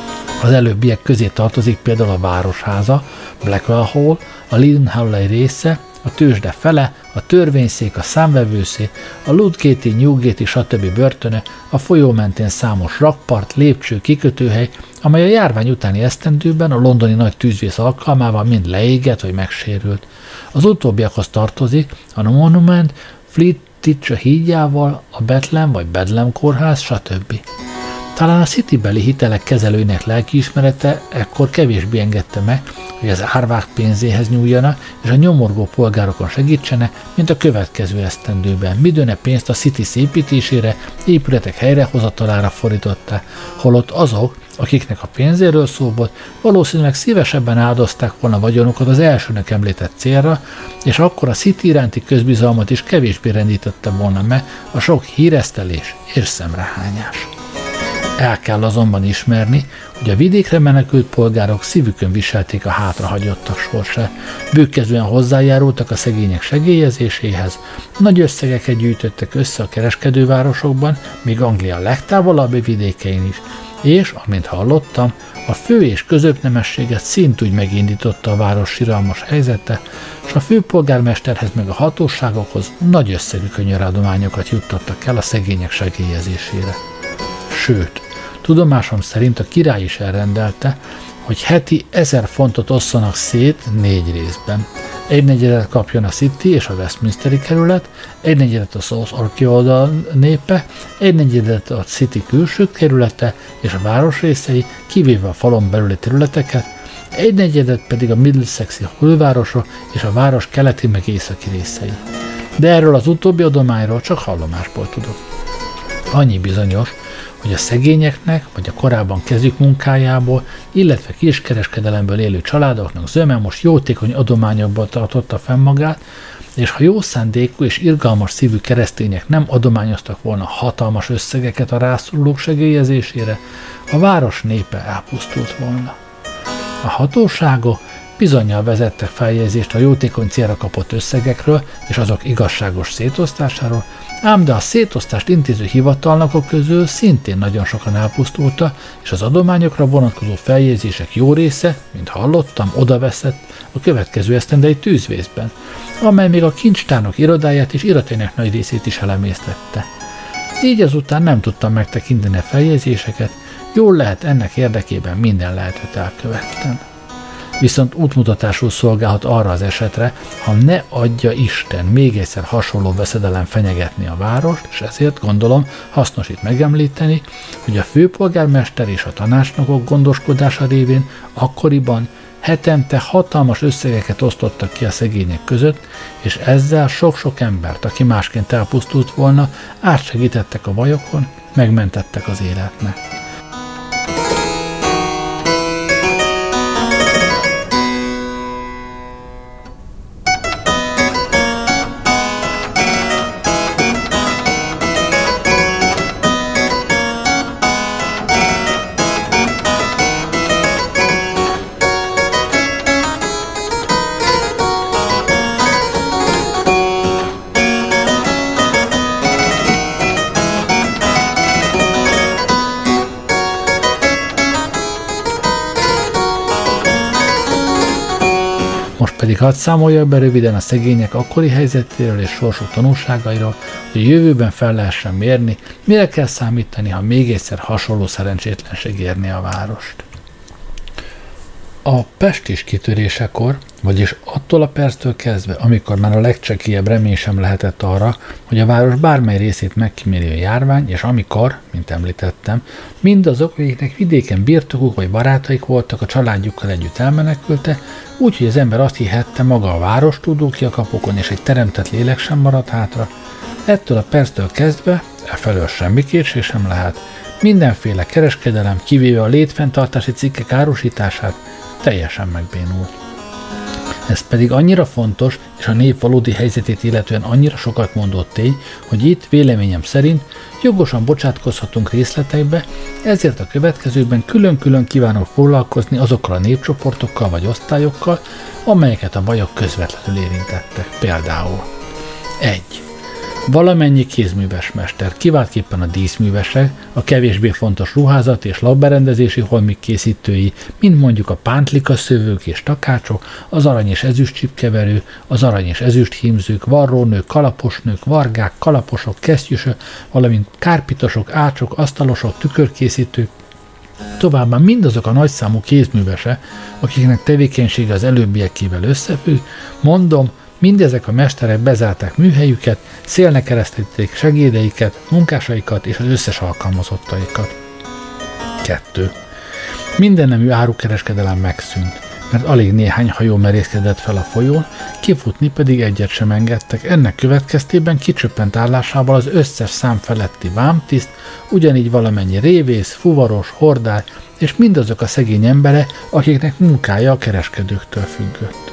Az előbbiek közé tartozik például a Városháza, Blackwell Hall, a Leadenhall része, a tőzsde fele, a törvényszék, a számvevőszék, a Ludgate-i, Newgate-i stb. Börtöne, a folyó mentén számos rakpart, lépcső, kikötőhely, amely a járvány utáni esztendőben a londoni nagy tűzvész alkalmával mind leégett vagy megsérült. Az utóbbiakhoz tartozik a Monument, Fleetwich hídjával, a Bethlehem vagy Bedlam kórház, stb. Talán a Citybeli hitelek kezelőinek lelkiismerete ekkor kevésbé engedte meg, hogy az árvák pénzéhez nyúljanak, és a nyomorgó polgárokon segítsene, mint a következő esztendőben. Midőne pénzt a City szépítésére, épületek helyrehozatalára fordították, holott azok, akiknek a pénzéről szó volt, valószínűleg szívesebben áldozták volna vagyonukat az elsőnek említett célra, és akkor a City iránti közbizalmat is kevésbé rendítette volna meg a sok híresztelés és szemrehányás. El kell azonban ismerni, hogy a vidékre menekült polgárok szívükön viselték a hátrahagyottak sorsát, bőkezően hozzájárultak a szegények segélyezéséhez, nagy összegeket gyűjtöttek össze a kereskedővárosokban, még Anglia legtávolabbi vidékein is, és, amint hallottam, a fő- és középnemességet szintúgy megindította a város siralmas helyzete, és a főpolgármesterhez meg a hatóságokhoz nagy összegű könyöradományokat juttattak el a szegények segélyezésére. Sőt, tudomásom szerint a király is elrendelte, hogy heti 1000 fontot osszanak szét 4 részben. 1/4 kapjon a City és a Westminsteri kerület, 1/4 a South Orchid népe, 1/4 a City külső kerülete és a város részei, kivéve a falon belüli területeket, 1/4 pedig a Middlesexi külvárosok és a város keleti meg északi részei. De erről az utóbbi adományról csak hallomásból tudok. Annyi bizonyos, hogy a szegényeknek, vagy a korábban kezük munkájából, illetve kiskereskedelemből élő családoknak zöme most jótékony adományokból tartotta fenn magát, és ha jó szándékú és irgalmas szívű keresztények nem adományoztak volna hatalmas összegeket a rászorulók segélyezésére, a város népe elpusztult volna. A hatóságok bizonnyal vezettek feljegyzést a jótékony célra kapott összegekről és azok igazságos szétosztásáról, ám de a szétosztást intéző hivatalnokok közül szintén nagyon sokan elpusztulta, és az adományokra vonatkozó feljegyzések jó része, mint hallottam, odaveszett a következő esztendei tűzvészben, amely még a kincstárnok irodáját és iratainak nagy részét is elemésztette. Így azután nem tudtam megtekinteni a feljegyzéseket, jól lehet ennek érdekében minden lehetőt elkövettem. Viszont útmutatásul szolgálhat arra az esetre, ha ne adja Isten még egyszer hasonló veszedelem fenyegetni a várost, és ezért gondolom hasznos itt megemlíteni, hogy a főpolgármester és a tanácsnokok gondoskodása révén akkoriban hetente hatalmas összegeket osztottak ki a szegények között, és ezzel sok-sok embert, aki másként elpusztult volna, átsegítettek a bajokon, megmentettek az életnek. Pedig hadd számoljak be röviden a szegények akkori helyzetéről és sorsuk tanulságairól, hogy a jövőben fel lehessen mérni, mire kell számítani, ha még egyszer hasonló szerencsétlenség érni a várost. A pestis kitörésekor, vagyis attól a perctől kezdve, amikor már a legcsekélyebb remény sem lehetett arra, hogy a város bármely részét megkíméli a járvány, és amikor, mint említettem, mindazok, akiknek vidéken birtokuk vagy barátaik voltak, a családjukkal együtt elmenekülte, úgyhogy az ember azt hihette, maga a város tudó ki a kapukon, és egy teremtett lélek sem maradt hátra. Ettől a perctől kezdve Efelől semmi kétség sem lehet. Mindenféle kereskedelem, kivéve a létfenntartási cikkek árusítását, teljesen megbénult. Ez pedig annyira fontos, és a nép valódi helyzetét illetően annyira sokat mondott tény, hogy itt véleményem szerint jogosan bocsátkozhatunk részletekbe, ezért a következőkben külön-külön kívánok foglalkozni azokkal a népcsoportokkal vagy osztályokkal, amelyeket a bajok közvetlenül érintettek. Például 1. Valamennyi kézműves mester, kiváltképpen a díszművesek, a kevésbé fontos ruházat és lakberendezési holmik készítői, mint mondjuk a pántlikaszövők és takácsok, az arany és ezüst csipkeverő, az arany és ezüst hímzők, varrónők, kalaposnők, vargák, kalaposok, kesztyűsök, valamint kárpitosok, ácsok, asztalosok, tükörkészítők, továbbá mindazok a nagyszámú kézművese, akiknek tevékenysége az előbbiekével összefügg, mondom, mindezek a mesterek bezárták műhelyüket, szélnek keresztítették segédeiket, munkásaikat és az összes alkalmazottaikat. 2. Mindennemű árukereskedelem megszűnt, mert alig néhány hajó merészkedett fel a folyón, kifutni pedig egyet sem engedtek. Ennek következtében kicsöppent állásával az összes szám feletti vámtiszt, ugyanígy valamennyi révész, fuvaros, hordály és mindazok a szegény embere, akiknek munkája a kereskedőktől függött.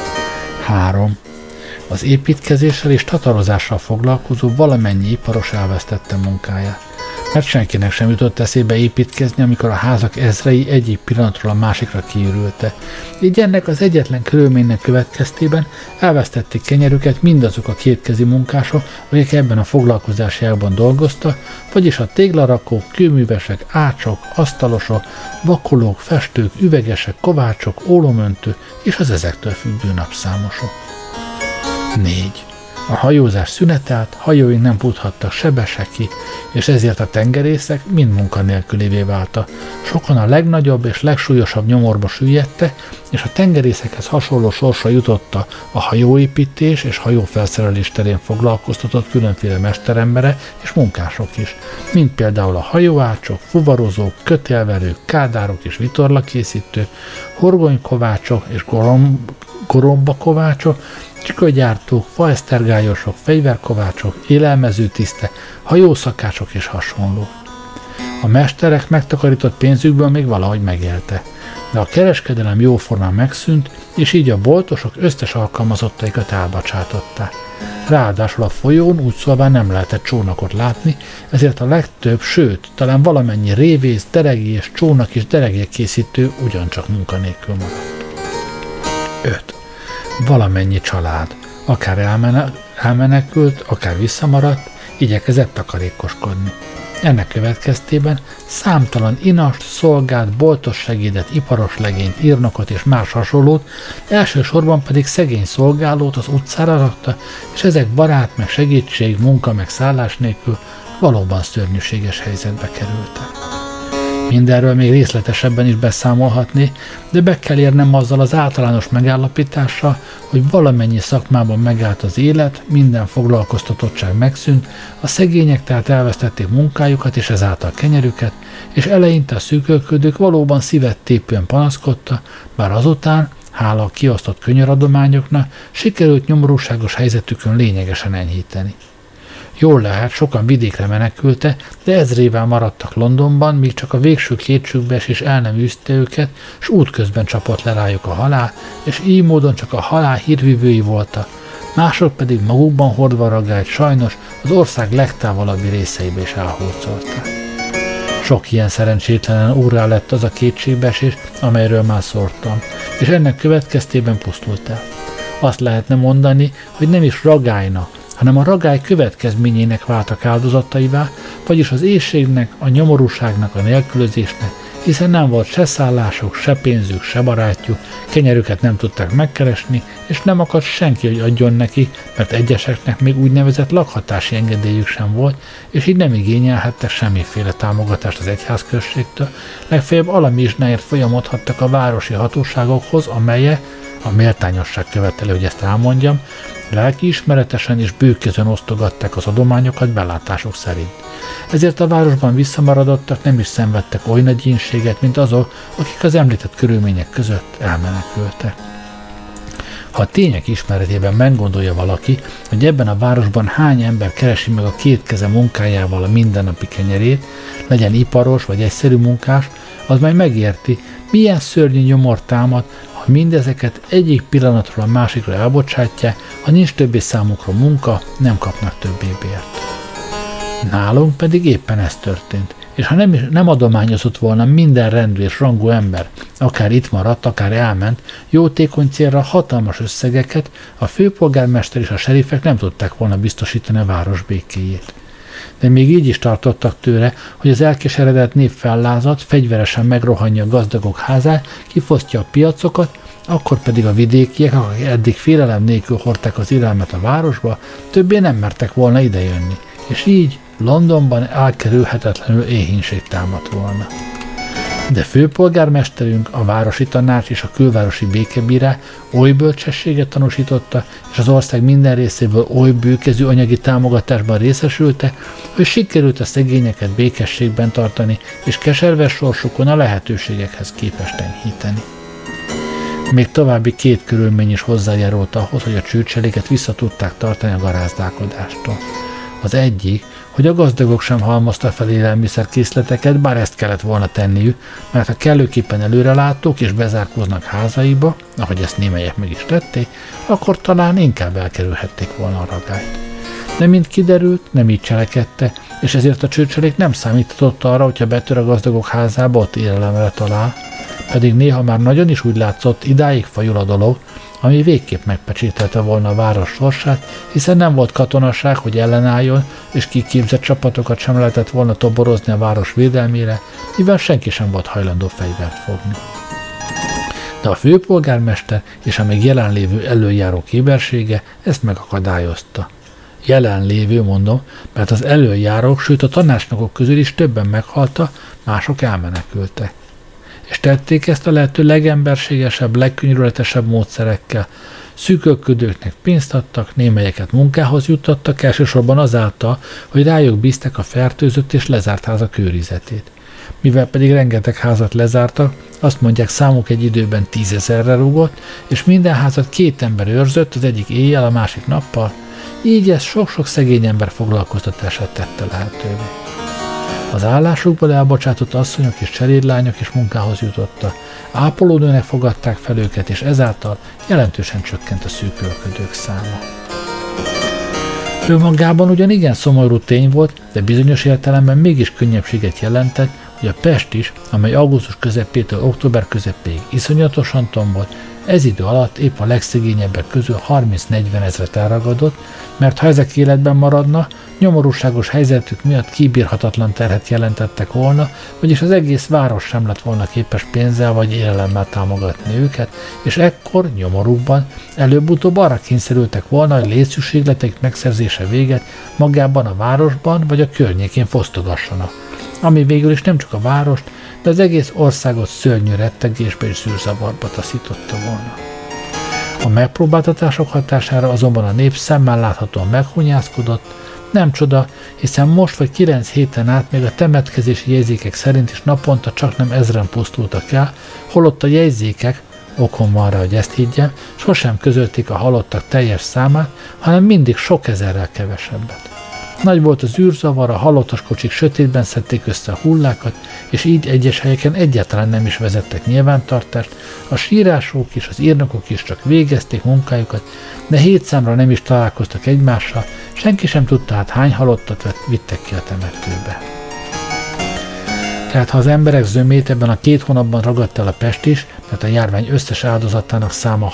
3. Az építkezéssel és tatarozással foglalkozó valamennyi iparos elvesztette munkáját, mert senkinek sem jutott eszébe építkezni, amikor a házak ezrei egyik pillanatról a másikra kiürültek. Így ennek az egyetlen körülménynek következtében elvesztették kenyerüket mindazok a kétkezi munkások, akik ebben a foglalkozási ágban dolgoztak, vagyis a téglarakók, kőművesek, ácsok, asztalosok, vakolók, festők, üvegesek, kovácsok, ólomöntők és az ezektől függő napszámosok. 4. A hajózás szünetelt, hajóink nem futhattak sebe se ki, és ezért a tengerészek mind munkanélkülévé váltak. Sokan a legnagyobb és legsúlyosabb nyomorba süllyedtek, és a tengerészekhez hasonló sorsra jutotta a hajóépítés és hajófelszerelés terén foglalkoztatott különféle mesterembere és munkások is, mint például a hajóácsok, fuvarozók, kötélverők, kádárok és vitorlakészítők, horgonykovácsok és gorombakovácsok, csikogyártók, faesztergályosok, fegyverkovácsok, élelmezőtisztek, hajószakácsok és hasonló. A mesterek megtakarított pénzükből még valahogy megélte, de a kereskedelem jóformán megszűnt, és így a boltosok összes alkalmazottaikat elbocsátották. Ráadásul a folyón úgy szólván nem lehetett csónakot látni, ezért a legtöbb, sőt, talán valamennyi révész, deregés, csónak és deregélykészítő ugyancsak munkanélkül maradt. 5. Valamennyi család, akár elmenekült, akár visszamaradt, igyekezett takarékoskodni. Ennek következtében számtalan inast, szolgált, boltos segédet, iparos legényt, írnokot és más hasonlót, elsősorban pedig szegény szolgálót az utcára rakta, és ezek barát, meg segítség, munka, meg szállás nélkül valóban szörnyűséges helyzetbe kerültek. Mindenről még részletesebben is beszámolhatni, de be kell érnem azzal az általános megállapítással, hogy valamennyi szakmában megállt az élet, minden foglalkoztatottság megszűnt, a szegények tehát elvesztették munkájukat és ezáltal kenyerüket, és eleinte a szűkölködők valóban szívet tépően panaszkodta, bár azután, hála a kiosztott könyöradományoknak, sikerült nyomorúságos helyzetükön lényegesen enyhíteni. Jól lehet, sokan vidékre menekülte, de ezrével maradtak Londonban, míg csak a végső kétségbeesés el nem űzte őket, s útközben csapott le rájuk a halál, és így módon csak a halál hírvívői voltak, mások pedig magukban hordva ragályt sajnos az ország legtávolabbi részeibe is elhurcolták. Sok ilyen szerencsétlenen úrrá lett az a kétségbeesés, amelyről már szóltam, és ennek következtében pusztult el. Azt lehetne mondani, hogy nem is ragálynak, hanem a ragály következményének váltak áldozataivá, vagyis az éhségnek, a nyomorúságnak, a nélkülözésnek, hiszen nem volt se szállásuk, se pénzük, se barátjuk, kenyerüket nem tudták megkeresni, és nem akart senki, hogy adjon neki, mert egyeseknek még úgynevezett lakhatási engedélyük sem volt, és így nem igényelhettek semmiféle támogatást az egyházközségtől, legfeljebb alamizsnáért folyamodhattak a városi hatóságokhoz, amelyek, a méltányosság követelő, hogy ezt elmondjam, lelkiismeretesen és bőkezön osztogatták az adományokat belátások szerint. Ezért a városban visszamaradottak nem is szenvedtek oly nagy ínséget, mint azok, akik az említett körülmények között elmenekültek. Ha a tények ismeretében meggondolja valaki, hogy ebben a városban hány ember keresi meg a két keze munkájával a mindennapi kenyerét, legyen iparos vagy egyszerű munkás, az majd megérti, milyen szörnyű nyomor támad, ha mindezeket egyik pillanatról a másikra elbocsátja, ha nincs többé számukra munka, nem kapnak többé bért. Nálunk pedig éppen ez történt, és ha nem adományozott volna minden rendű és rangú ember, akár itt maradt, akár elment, jótékony célra hatalmas összegeket, a főpolgármester és a serifek nem tudták volna biztosítani a város békéjét. De még így is tartottak tőle, hogy az elkeseredett nép fellázadt, fegyveresen megrohanja a gazdagok házát, kifosztja a piacokat, akkor pedig a vidékiek, akik eddig félelem nélkül hordták az élelmet a városba, többé nem mertek volna idejönni, és így Londonban elkerülhetetlenül éhínség támadt volna. De főpolgármesterünk, a városi tanács és a külvárosi békebírá oly bölcsességet tanúsította, és az ország minden részéből oly bőkezű anyagi támogatásban részesülte, hogy sikerült a szegényeket békességben tartani, és keserves sorsukon a lehetőségekhez képest enyhíteni. Még további 2 körülmény is hozzájárult ahhoz, hogy a csőcseléket vissza tudták tartani a garázdálkodástól. Az egyik, hogy a gazdagok sem halmozta fel élelmiszerkészleteket, bár ezt kellett volna tenniük, mert ha kellőképpen előrelátók és bezárkóznak házaiba, ahogy ezt némelyek meg is tették, akkor talán inkább elkerülhették volna a ragályt. De mint kiderült, nem így cselekedte, és ezért a csőcselék nem számított arra, hogyha betör a gazdagok házába, ott élelemre talál, pedig néha már nagyon is úgy látszott, idáig fajul a dolog, ami végképp megpecsételte volna a város sorsát, hiszen nem volt katonaság, hogy ellenálljon, és kiképzett csapatokat sem lehetett volna toborozni a város védelmére, mivel senki sem volt hajlandó fegyvert fogni. De a főpolgármester és a még jelenlévő előjáró ébersége ezt megakadályozta. Jelenlévő, mondom, mert az előjárók, sőt a tanácsnokok közül is többen meghaltak, mások elmenekültek. És tették ezt a lehető legemberségesebb, legkönyörületesebb módszerekkel. Szűkölködőknek pénzt adtak, némelyeket munkához juttattak, elsősorban azáltal, hogy rájuk bízták a fertőzött és lezárt házak őrizetét. Mivel pedig rengeteg házat lezártak, azt mondják, számuk egy időben 10 000-re rúgott, és minden házat 2 ember őrzött, az egyik éjjel, a másik nappal, így ez sok-sok szegény ember foglalkoztatását tette lehetővé. Az állásukból elbocsátott asszonyok és cselédlányok is munkához jutottak, ápolónőnek fogadták fel őket, és ezáltal jelentősen csökkent a szűkölködők száma. Önmagában ugyan igen szomorú tény volt, de bizonyos értelemben mégis könnyebbséget jelentett, hogy a Pest is, amely augusztus közepétől október közepéig iszonyatosan tombolt, ez idő alatt épp a legszegényebbek közül 30-40 ezret elragadott, mert ha ezek életben maradna, nyomorúságos helyzetük miatt kibírhatatlan terhet jelentettek volna, vagyis az egész város sem lett volna képes pénzzel vagy élelemmel támogatni őket, és ekkor nyomorukban előbb-utóbb arra kényszerültek volna, hogy létszükségleteik megszerzése véget magában a városban vagy a környékén fosztogassanak, ami végül is nem csak a várost, de az egész országot szörnyű rettegésbe és zűrzavarba taszította volna. A megpróbáltatások hatására azonban a nép szemmel láthatóan meghunyászkodott, nem csoda, hiszen most vagy 9 héten át még a temetkezési jegyzékek szerint is naponta csaknem 1000-en pusztultak el, holott a jegyzékek, okom van rá, hogy ezt higgyem, sosem közölték a halottak teljes számát, hanem mindig sok ezerrel kevesebbet. Nagy volt az űrzavar, a halottas kocsik sötétben szedték össze a hullákat, és így egyes helyeken egyáltalán nem is vezettek nyilvántartást, a sírások és az írnokok is csak végezték munkájukat, de 7 számra nem is találkoztak egymással, senki sem tudta hát hány halottat vittek ki a temetőbe. Tehát ha az emberek zömét ebben a 2 hónapban ragadt el a Pest is, mert a járvány összes áldozatának száma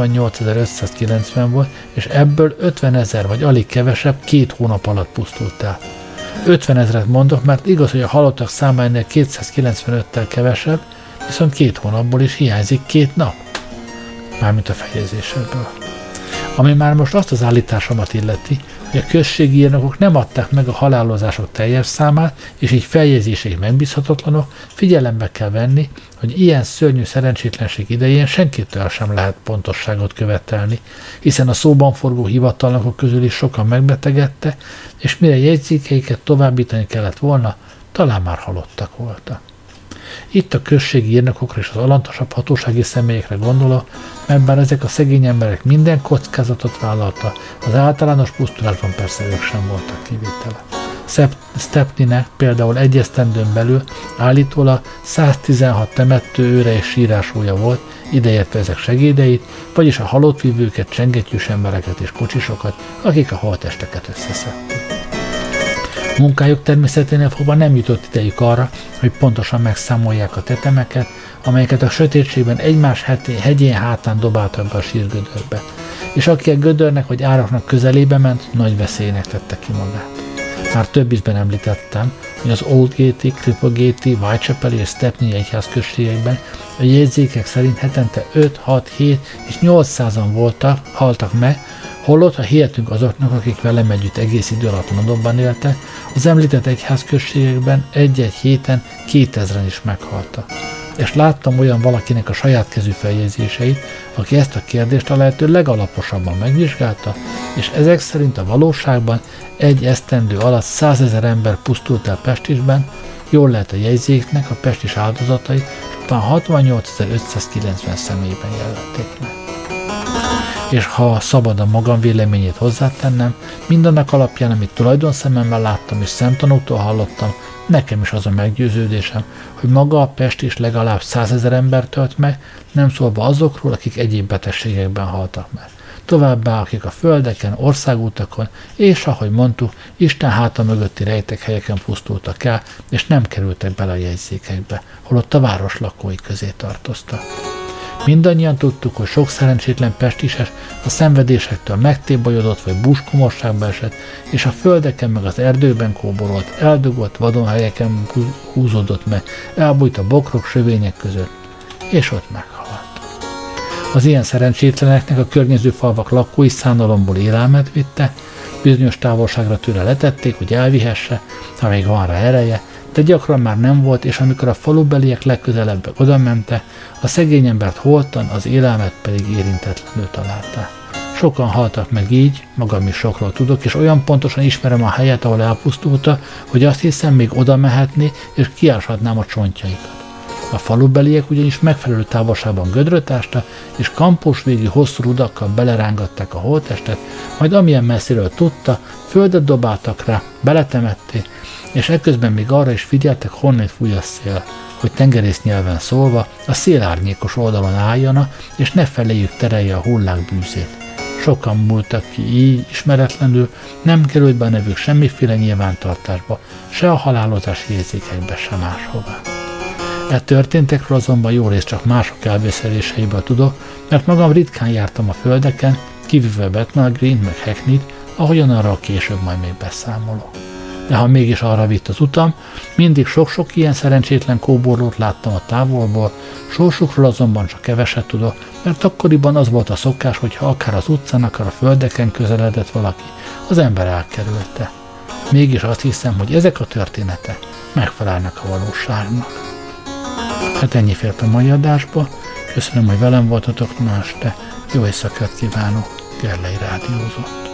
68.590 volt, és ebből 50 000 vagy alig kevesebb 2 hónap alatt pusztult el. 50 000-et mondok, mert igaz, hogy a halottak száma ennél 295-tel kevesebb, viszont 2 hónapból is hiányzik 2 nap. Mármint a fejezésebből. Ami már most azt az állításomat illeti, hogy a községi írnokok nem adták meg a halálozások teljes számát, és így feljegyzéseik megbízhatatlanok, figyelembe kell venni, hogy ilyen szörnyű szerencsétlenség idején senkitől sem lehet pontosságot követelni, hiszen a szóban forgó hivatalnokok közül is sokan megbetegedte, és mire jegyzékeiket továbbítani kellett volna, talán már halottak voltak. Itt a községi írnokokra és az alantasabb hatósági személyekre gondolok, mert bár ezek a szegény emberek minden kockázatot vállalta, az általános pusztulásban persze ők sem voltak kivétele. Stepneynek például egy esztendőn belül állítólag 116 temető őre és sírásója volt, ideértve ezek segédeit, vagyis a halottvívőket, csengettyűs embereket és kocsisokat, akik a holttesteket összeszedték. Munkájuk természeténél fogva nem jutott idejük arra, hogy pontosan megszámolják a tetemeket, amelyeket a sötétségben egymás hegyén hátán dobáltak be a sírgödörbe, és aki a gödörnek vagy áraknak közelébe ment, nagy veszélynek tette ki magát. Már több ízben említettem, hogy az Oldgate-i, Cripplegate-i, Whitechapel-i és Stepney egyházközségekben a jegyzékek szerint hetente 5, 6, 7 és 800-an haltak meg, holott, ha hihetünk azoknak, akik velem együtt egész idő alatt Londonban éltek, az említett egyházközségekben egy-egy héten 2000-en is meghaltak. És láttam olyan valakinek a saját kezű feljegyzéseit, aki ezt a kérdést a lehető legalaposabban megvizsgálta, és ezek szerint a valóságban egy esztendő alatt 100 000 ember pusztult el Pestisben, jól lehet a jegyzéknek a pestis áldozatai csupán 68.590 személyben jelenték meg. És ha szabad a magam véleményét hozzátennem, mindannak alapján, amit tulajdonszememmel láttam és szemtanúktól hallottam, nekem is az a meggyőződésem, hogy maga a Pest is legalább 100 000 embert tölt meg, nem szólva azokról, akik egyéb betegségekben haltak meg. Továbbá, akik a földeken, országútakon, és ahogy mondtuk, Isten háta mögötti rejtek helyeken pusztultak el, és nem kerültek bele a jegyzékekbe, holott a város lakói közé tartoztak. Mindannyian tudtuk, hogy sok szerencsétlen pestises a szenvedésektől megtébolyodott vagy búskomorságba esett, és a földeken meg az erdőben kóborolt, eldugott vadonhelyeken húzódott meg, elbújt a bokrok, sövények között, és ott meghalt. Az ilyen szerencsétleneknek a környező falvak lakói szánalomból élelmet vitte, bizonyos távolságra tőle letették, hogy elvihesse, ha még van rá ereje, de gyakran már nem volt, és amikor a falubeliek legközelebb oda mente, a szegény embert holtan, az élelmet pedig érintetlenül találták. Sokan haltak meg így, magam is sokról tudok, és olyan pontosan ismerem a helyet, ahol elpusztulta, hogy azt hiszem, még oda mehetné, és kiáshatnám a csontjaikat. A falubeliek ugyanis megfelelő távolságban gödröt ástak, és kampós végű hosszú rudakkal belerángatták a holttestet, majd amilyen messziről tudta, földet dobáltak rá, beletemették, és ekközben még arra is figyeltek, honnét fúj a szél, hogy tengerész nyelven szólva a szélárnyékos oldalon álljana, és ne feléjük terelje a hullák bűzét. Sokan múltak ki így ismeretlenül, nem került be a nevük semmiféle nyilvántartásba, se a halálozási jegyzékekbe, se máshová. E történtekről azonban jó részt csak mások elbeszéléseiből tudok, mert magam ritkán jártam a földeken, kivéve Bethnal Green meg Hackneyt, ahogyan arra később majd még beszámolok. De ha mégis arra vitt az utam, mindig sok-sok ilyen szerencsétlen kóborlót láttam a távolból, sorsukról azonban csak keveset tudok, mert akkoriban az volt a szokás, hogy ha akár az utcán, akár a földeken közeledett valaki, az ember elkerülte. Mégis azt hiszem, hogy ezek a történetek megfelelnek a valóságnak. Hát ennyi fért a mai adásba. Köszönöm, hogy velem voltatok ma este. Jó éjszakát kívánok, Gerlei rádiózott.